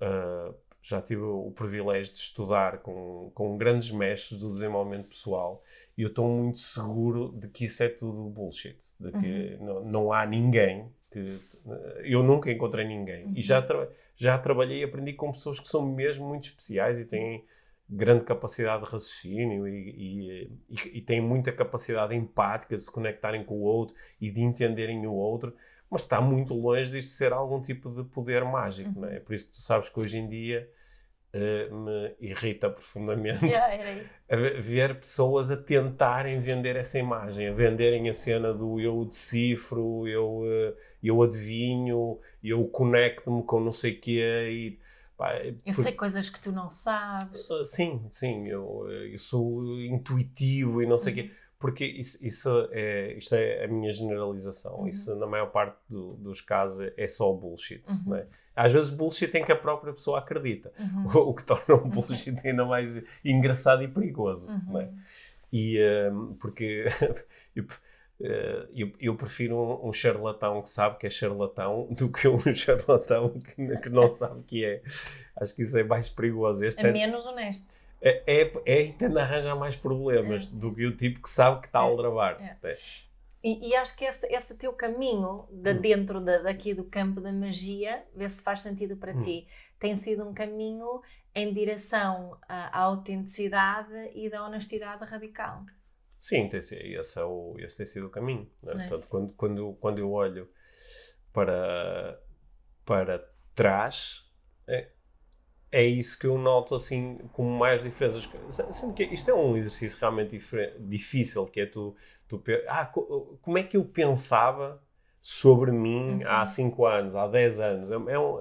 o privilégio de estudar com grandes mestres do desenvolvimento pessoal, e eu estou muito seguro de que isso é tudo bullshit, de que não há ninguém, eu nunca encontrei ninguém. E já trabalhei e aprendi com pessoas que são mesmo muito especiais e têm grande capacidade de raciocínio e têm muita capacidade empática de se conectarem com o outro e de entenderem o outro, mas está muito longe disto ser algum tipo de poder mágico, não é? Por isso que tu sabes que hoje em dia me irrita profundamente ver pessoas a tentarem vender essa imagem, a venderem a cena do eu decifro, eu adivinho, eu conecto-me com não sei o quê eu sei coisas que tu não sabes. Sim, eu sou intuitivo e não sei o quê. Porque isto é a minha generalização. Isso, na maior parte dos casos, é só bullshit. Não é? Às vezes, bullshit em que a própria pessoa acredita. O que torna o bullshit ainda mais engraçado e perigoso. Não é? Porque eu prefiro um charlatão que sabe que é charlatão do que um charlatão que não sabe que é. Acho que isso é mais perigoso. É menos honesto. E tende a arranjar mais problemas do que o tipo que sabe que está a aldrabar. E acho que esse teu caminho de dentro daqui do campo da magia, vê se faz sentido para ti, tem sido um caminho em direção à autenticidade e da honestidade radical. Sim, esse tem sido o caminho. Né? Portanto, quando eu olho para trás, é isso que eu noto assim como mais diferenças. Sendo que isto é um exercício realmente difícil, que é tu como é que eu pensava sobre mim há 5 anos, há 10 anos?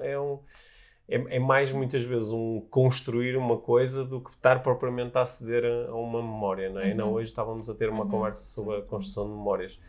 É mais muitas vezes construir uma coisa do que estar propriamente a aceder a uma memória, não é? Não, hoje estávamos a ter uma conversa sobre a construção de memórias.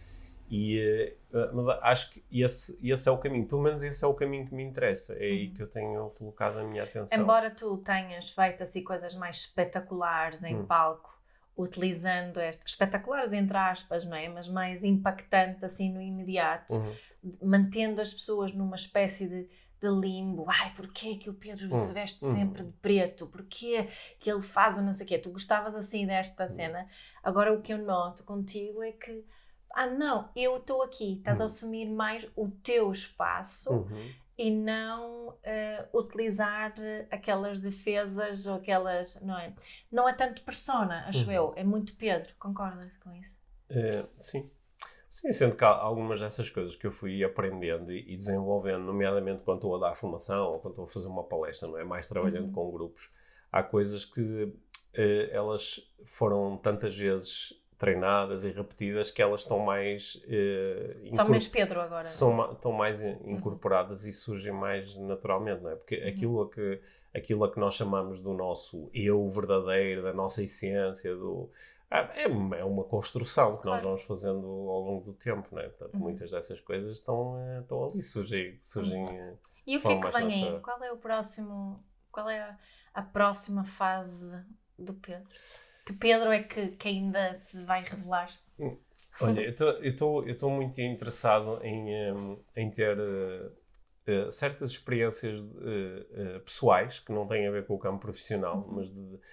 Mas acho que esse é o caminho, pelo menos esse é o caminho que me interessa, é aí que eu tenho colocado a minha atenção. Embora tu tenhas feito assim coisas mais espetaculares em palco, utilizando espetaculares entre aspas, não é? Mas mais impactante assim no imediato, mantendo as pessoas numa espécie de limbo. Ai, porquê que o Pedro se veste sempre de preto? Porquê que ele faz o não sei o quê? Tu gostavas assim desta cena. Agora o que eu noto contigo é que não, eu estou aqui, estás a assumir mais o teu espaço e não utilizar aquelas defesas ou aquelas, não é? Não é tanto persona, acho eu, é muito Pedro. Concordas com isso? Sim. Sim, sendo que há algumas dessas coisas que eu fui aprendendo e desenvolvendo, nomeadamente quando estou a dar formação ou quando estou a fazer uma palestra, não é? Mais trabalhando com grupos, há coisas que elas foram tantas vezes treinadas e repetidas que elas estão mais... São mais Pedro agora. Estão mais incorporadas e surgem mais naturalmente, não é? Porque aquilo a que nós chamamos do nosso eu verdadeiro, da nossa essência, é uma construção que nós vamos fazendo ao longo do tempo, não é? Portanto, muitas dessas coisas estão ali, surgem E o que é que vem aí? Qual é a próxima fase do Pedro? Que Pedro é que ainda se vai revelar? Olha, eu estou muito interessado em ter certas experiências pessoais que não têm a ver com o campo profissional, mas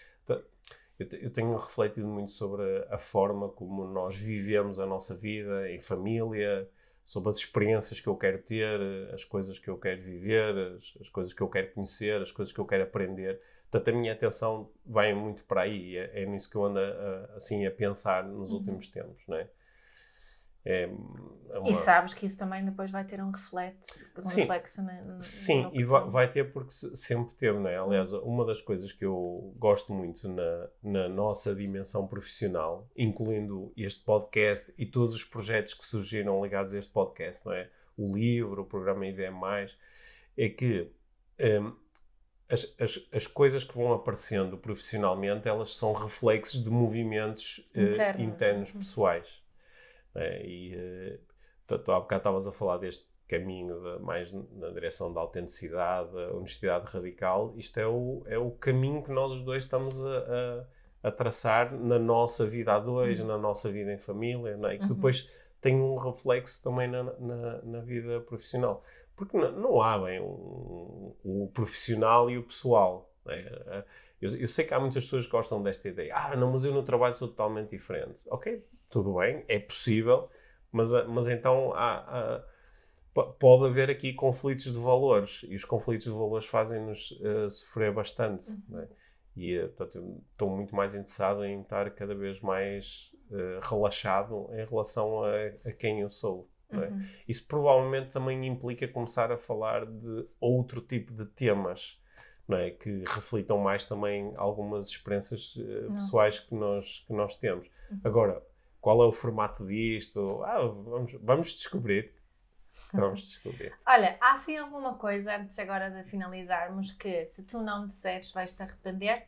eu tenho refletido muito sobre a forma como nós vivemos a nossa vida em família, sobre as experiências que eu quero ter, as coisas que eu quero viver, as coisas que eu quero conhecer, as coisas que eu quero aprender. Portanto, a minha atenção vai muito para aí. É nisso que eu ando assim a pensar nos últimos tempos, não é? E sabes que isso também depois vai ter um reflexo Sim, e vai ter porque sempre teve, não é? Aliás, uma das coisas que eu gosto muito na nossa dimensão profissional, incluindo este podcast e todos os projetos que surgiram ligados a este podcast, não é? O livro, o programa IVM+, é que as coisas que vão aparecendo profissionalmente, elas são reflexos de movimentos internos pessoais. Tu há bocado estavas a falar deste caminho mais na direção da autenticidade, da honestidade radical. Isto é o caminho que nós os dois estamos a traçar na nossa vida a dois, na nossa vida em família, não é? E que depois tem um reflexo também na vida profissional. Porque não há bem o profissional e o pessoal, não é? Eu sei que há muitas pessoas que gostam desta ideia. Não, mas eu no trabalho sou totalmente diferente. Ok, tudo bem, é possível, mas então pode haver aqui conflitos de valores, e os conflitos de valores fazem-nos sofrer bastante, não é? E portanto, estou muito mais interessado em estar cada vez mais relaxado em relação a quem eu sou. Não é? Isso provavelmente também implica começar a falar de outro tipo de temas, não é? Que reflitam mais também algumas experiências pessoais que nós temos. Agora, qual é o formato disto? Vamos descobrir. Vamos descobrir. Olha, há assim alguma coisa, antes agora de finalizarmos, que se tu não disseres vais-te arrepender?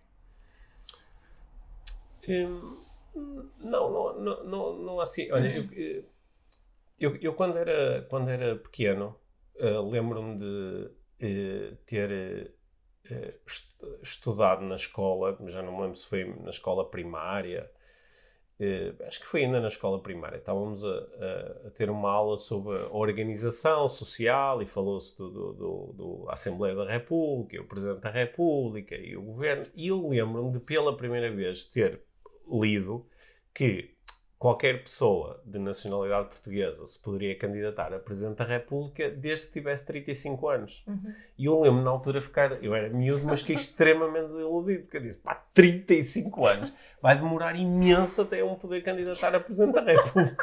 Não assim. Olha, eu quando era pequeno, lembro-me de ter estudado na escola, já não me lembro se foi na escola primária, acho que foi ainda na escola primária, estávamos a ter uma aula sobre a organização social e falou-se do Assembleia da República, e o Presidente da República e o Governo, e eu lembro-me de pela primeira vez ter lido que qualquer pessoa de nacionalidade portuguesa se poderia candidatar a Presidente da República desde que tivesse 35 anos. E eu lembro na altura eu era miúdo, mas fiquei extremamente desiludido, porque eu disse, 35 anos, vai demorar imenso até eu me poder candidatar a Presidente da República.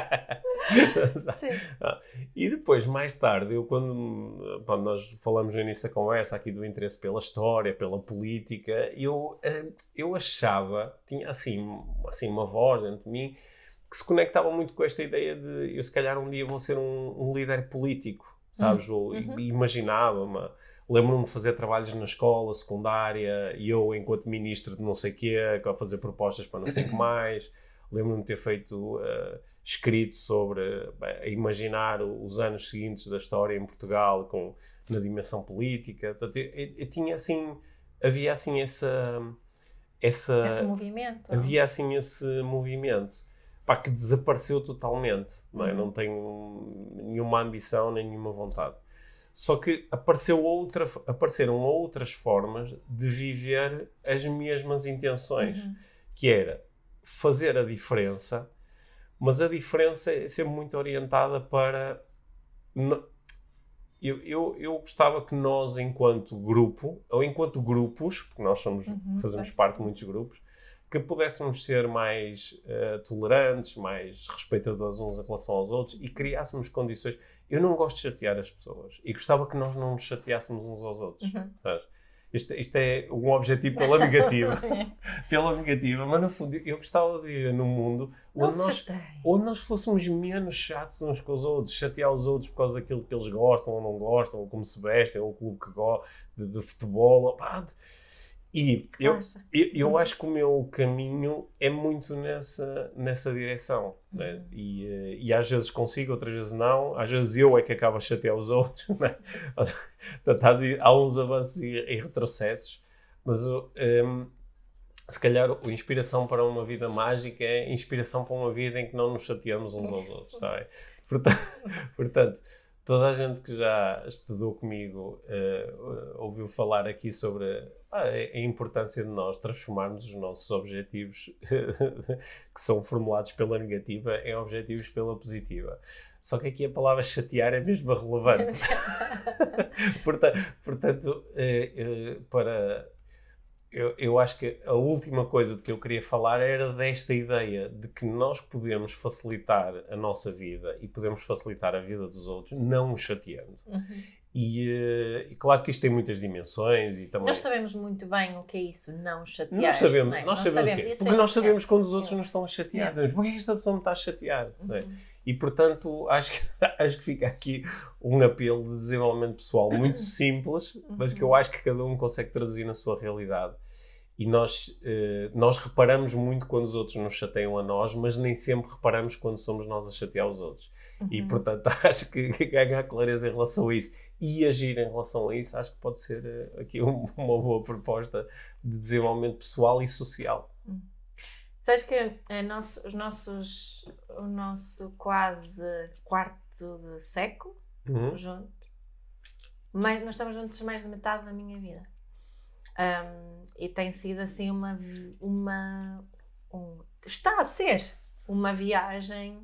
E depois, mais tarde, quando nós falamos no início da conversa aqui do interesse pela história, pela política, eu achava, tinha assim uma voz dentro de mim que se conectava muito com esta ideia de eu se calhar um dia vou ser um líder político, sabes? Imaginava-me, lembro-me de fazer trabalhos na escola secundária e eu enquanto ministro de não sei o quê, a fazer propostas para não sei o que mais. Lembro-me de ter feito escrito sobre a imaginar os anos seguintes da história em Portugal na dimensão política. Portanto, eu tinha assim, havia assim esse movimento. Havia assim esse movimento que desapareceu totalmente. Não é? Não tenho nenhuma ambição nem nenhuma vontade. Só que apareceram outras formas de viver as mesmas intenções, que era fazer a diferença, mas a diferença é sempre muito orientada para... Eu gostava que nós, enquanto grupo, ou enquanto grupos, porque nós fazemos parte de muitos grupos, que pudéssemos ser mais tolerantes, mais respeitadores uns em relação aos outros e criássemos condições... Eu não gosto de chatear as pessoas e gostava que nós não nos chateássemos uns aos outros. Isto é um objetivo pela negativa. Mas no fundo eu gostava de viver num mundo onde nós fôssemos menos chatos uns com os outros, chatear os outros por causa daquilo que eles gostam ou não gostam, ou como se vestem, ou o clube que gosta de futebol. E eu acho que o meu caminho é muito nessa direção. Né? E às vezes consigo, outras vezes não. Às vezes eu é que acabo a chatear os outros. Né? Portanto, há uns avanços e retrocessos. Mas se calhar a inspiração para uma vida mágica é inspiração para uma vida em que não nos chateamos uns aos outros. Tá bem? Portanto, toda a gente que já estudou comigo ouviu falar aqui sobre a importância de nós transformarmos os nossos objetivos que são formulados pela negativa em objetivos pela positiva. Só que aqui a palavra chatear é mesmo relevante. Portanto, eu acho que a última coisa de que eu queria falar era desta ideia de que nós podemos facilitar a nossa vida e podemos facilitar a vida dos outros não os chateando. E claro que isto tem muitas dimensões e também... Nós sabemos muito bem o que é isso, não chatear. Nós sabemos o que é. Porque nós sabemos quando os outros nos estão a chatear. Dizemos, porque é que esta pessoa me está a chatear? Não é? E, portanto, acho que fica aqui um apelo de desenvolvimento pessoal muito simples, mas que eu acho que cada um consegue traduzir na sua realidade. E nós reparamos muito quando os outros nos chateiam a nós, mas nem sempre reparamos quando somos nós a chatear os outros. E, portanto, acho que ganhar clareza em relação a isso e agir em relação a isso, acho que pode ser aqui uma boa proposta de desenvolvimento pessoal e social. Sabes que o nosso quase quarto de século juntos, mas nós estamos juntos mais de metade da minha vida. E tem sido assim está a ser uma viagem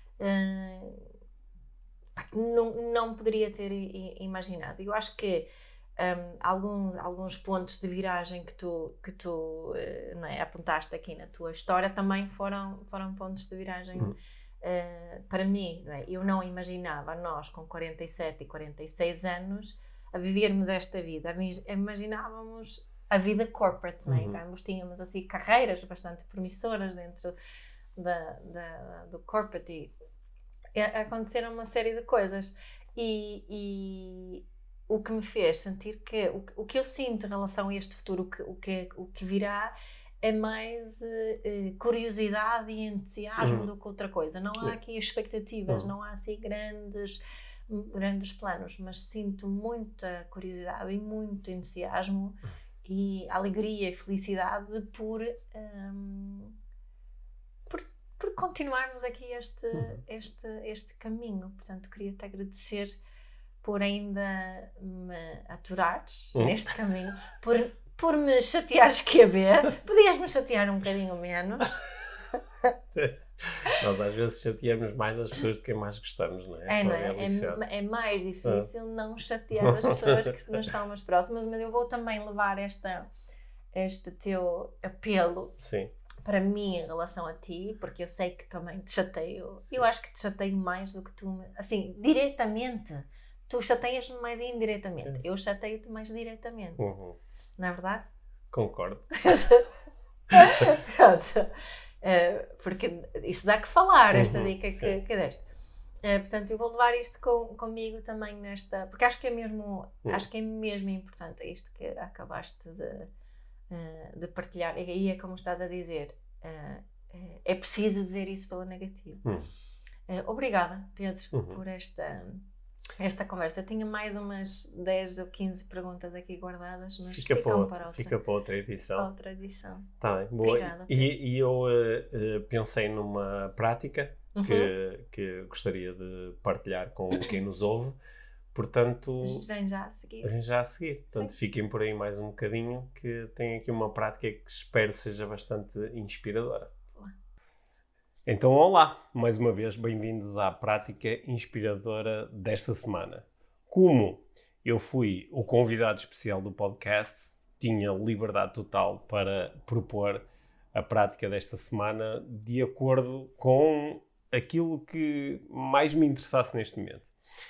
que não poderia ter imaginado. Eu acho que alguns pontos de viragem que tu não é, apontaste aqui na tua história também foram pontos de viragem para mim. Não é? Eu não imaginava nós com 47 e 46 anos a vivermos esta vida. Imaginávamos a vida corporate, não é? Ambos tínhamos assim carreiras bastante promissoras dentro do corporate e aconteceram uma série de coisas e o que me fez sentir que o que eu sinto em relação a este futuro, o que virá é mais curiosidade e entusiasmo do que outra coisa. Não há aqui expectativas, não há assim grandes planos, mas sinto muita curiosidade e muito entusiasmo e alegria e felicidade por por continuarmos aqui este caminho. Portanto, queria-te agradecer por ainda me aturares neste caminho, por me chateares que a ver. Podias-me chatear um bocadinho menos. Nós às vezes chateamos mais as pessoas de quem mais gostamos, não é? Não é? É mais difícil não chatear as pessoas que nos estão mais próximas, mas eu vou também levar este teu apelo Sim. para mim em relação a ti, porque eu sei que também te chateio. Sim. Eu acho que te chateio mais do que tu assim, diretamente. Tu chateias-me mais indiretamente. Eu chateio-te mais diretamente. Não é verdade? Concordo. Pronto. Porque isto dá que falar, esta dica que deste. Portanto, eu vou levar isto comigo também nesta... Porque acho que é mesmo importante isto que acabaste de partilhar. E aí é como estás a dizer. É preciso dizer isso pela negativa. Obrigada, Pedro, por esta conversa. Eu tinha mais umas 10 ou 15 perguntas aqui guardadas, mas fica para outra edição. Tá bem, boa. Obrigada. E eu pensei numa prática que gostaria de partilhar com quem nos ouve. Portanto, isto vem já a seguir. Portanto, fiquem por aí mais um bocadinho, que tem aqui uma prática que espero seja bastante inspiradora. Então, olá, mais uma vez, bem-vindos à prática inspiradora desta semana. Como eu fui o convidado especial do podcast, tinha liberdade total para propor a prática desta semana de acordo com aquilo que mais me interessasse neste momento.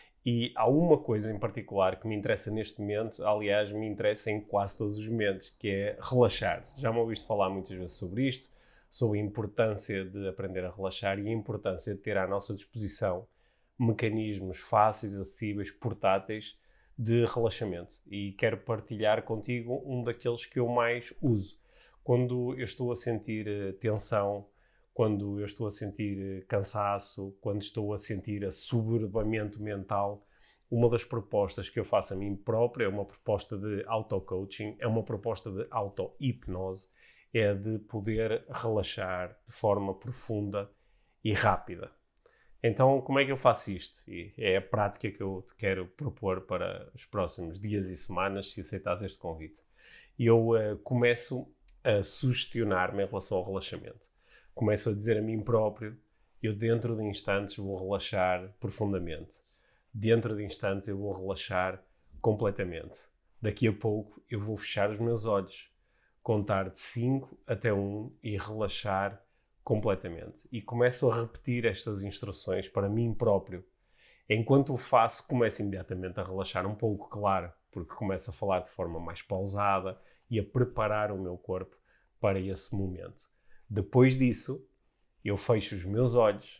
E há uma coisa em particular que me interessa neste momento, aliás, me interessa em quase todos os momentos, que é relaxar. Já me ouviste falar muitas vezes sobre isto, sobre a importância de aprender a relaxar e a importância de ter à nossa disposição mecanismos fáceis, acessíveis, portáteis de relaxamento. E quero partilhar contigo um daqueles que eu mais uso. Quando eu estou a sentir tensão, quando eu estou a sentir cansaço, quando estou a sentir assoberbamento mental, uma das propostas que eu faço a mim próprio é uma proposta de auto-coaching, é uma proposta de auto-hipnose, é de poder relaxar de forma profunda e rápida. Então, como é que eu faço isto? E é a prática que eu te quero propor para os próximos dias e semanas, se aceitares este convite. Eu começo a sugestionar-me em relação ao relaxamento. Começo a dizer a mim próprio, eu dentro de instantes vou relaxar profundamente. Dentro de instantes eu vou relaxar completamente. Daqui a pouco eu vou fechar os meus olhos, contar de 5 até 1 e relaxar completamente. E começo a repetir estas instruções para mim próprio. Enquanto o faço, começo imediatamente a relaxar um pouco, claro, porque começo a falar de forma mais pausada e a preparar o meu corpo para esse momento. Depois disso, eu fecho os meus olhos,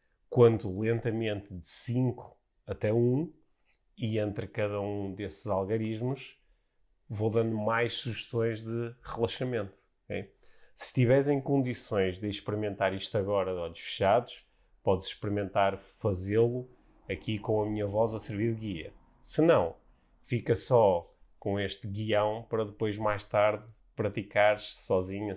conto lentamente de 5 até 1 e entre cada um desses algarismos vou dando mais sugestões de relaxamento. Okay? Se estiveres em condições de experimentar isto agora de olhos fechados, podes experimentar fazê-lo aqui com a minha voz a servir de guia. Se não, fica só com este guião para depois mais tarde praticares sozinho.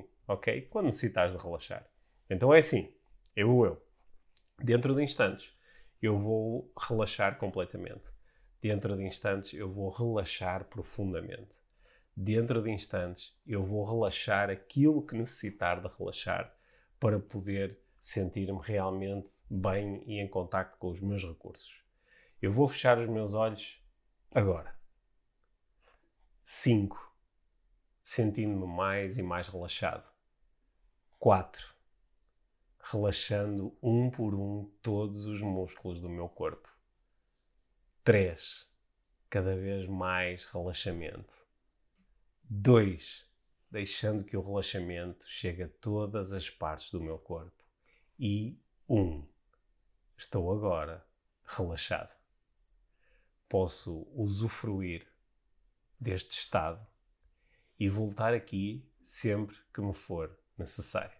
Ok? Quando necessitares de relaxar. Então é assim, eu. Dentro de instantes, eu vou relaxar completamente. Dentro de instantes, eu vou relaxar profundamente. Dentro de instantes, eu vou relaxar aquilo que necessitar de relaxar para poder sentir-me realmente bem e em contacto com os meus recursos. Eu vou fechar os meus olhos agora. 5. Sentindo-me mais e mais relaxado. 4. Relaxando um por um todos os músculos do meu corpo. 3. Cada vez mais relaxamento. 2. Deixando que o relaxamento chegue a todas as partes do meu corpo. E 1. Estou agora relaxado. Posso usufruir deste estado e voltar aqui sempre que me for necessário.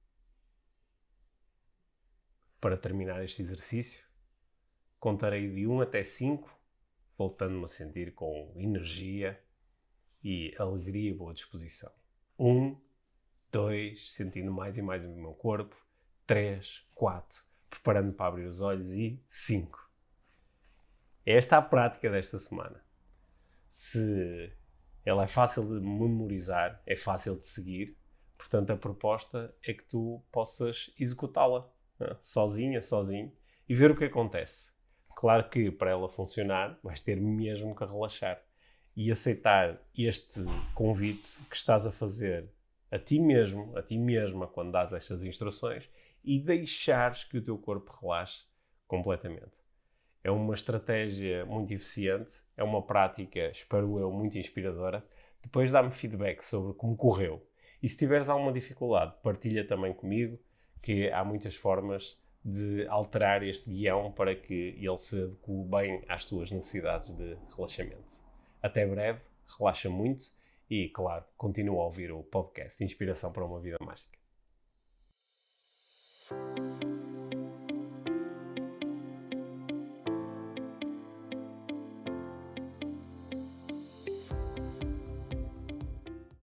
Para terminar este exercício, contarei de 1 até 5, voltando-me a sentir com energia e alegria e boa disposição. 1, 2, sentindo mais e mais o meu corpo. 3, 4, preparando para abrir os olhos e 5. Esta é a prática desta semana. Se ela é fácil de memorizar, é fácil de seguir, portanto a proposta é que tu possas executá-la, sozinho, e ver o que acontece. Claro que para ela funcionar vais ter mesmo que relaxar e aceitar este convite que estás a fazer a ti mesmo, a ti mesma, quando dás estas instruções, e deixares que o teu corpo relaxe completamente. É uma estratégia muito eficiente, é uma prática, espero eu, muito inspiradora. Depois dá-me feedback sobre como correu. E se tiveres alguma dificuldade, partilha também comigo, que há muitas formas de alterar este guião para que ele se adeque bem às tuas necessidades de relaxamento. Até breve, relaxa muito e, claro, continua a ouvir o podcast Inspiração para uma Vida Mágica.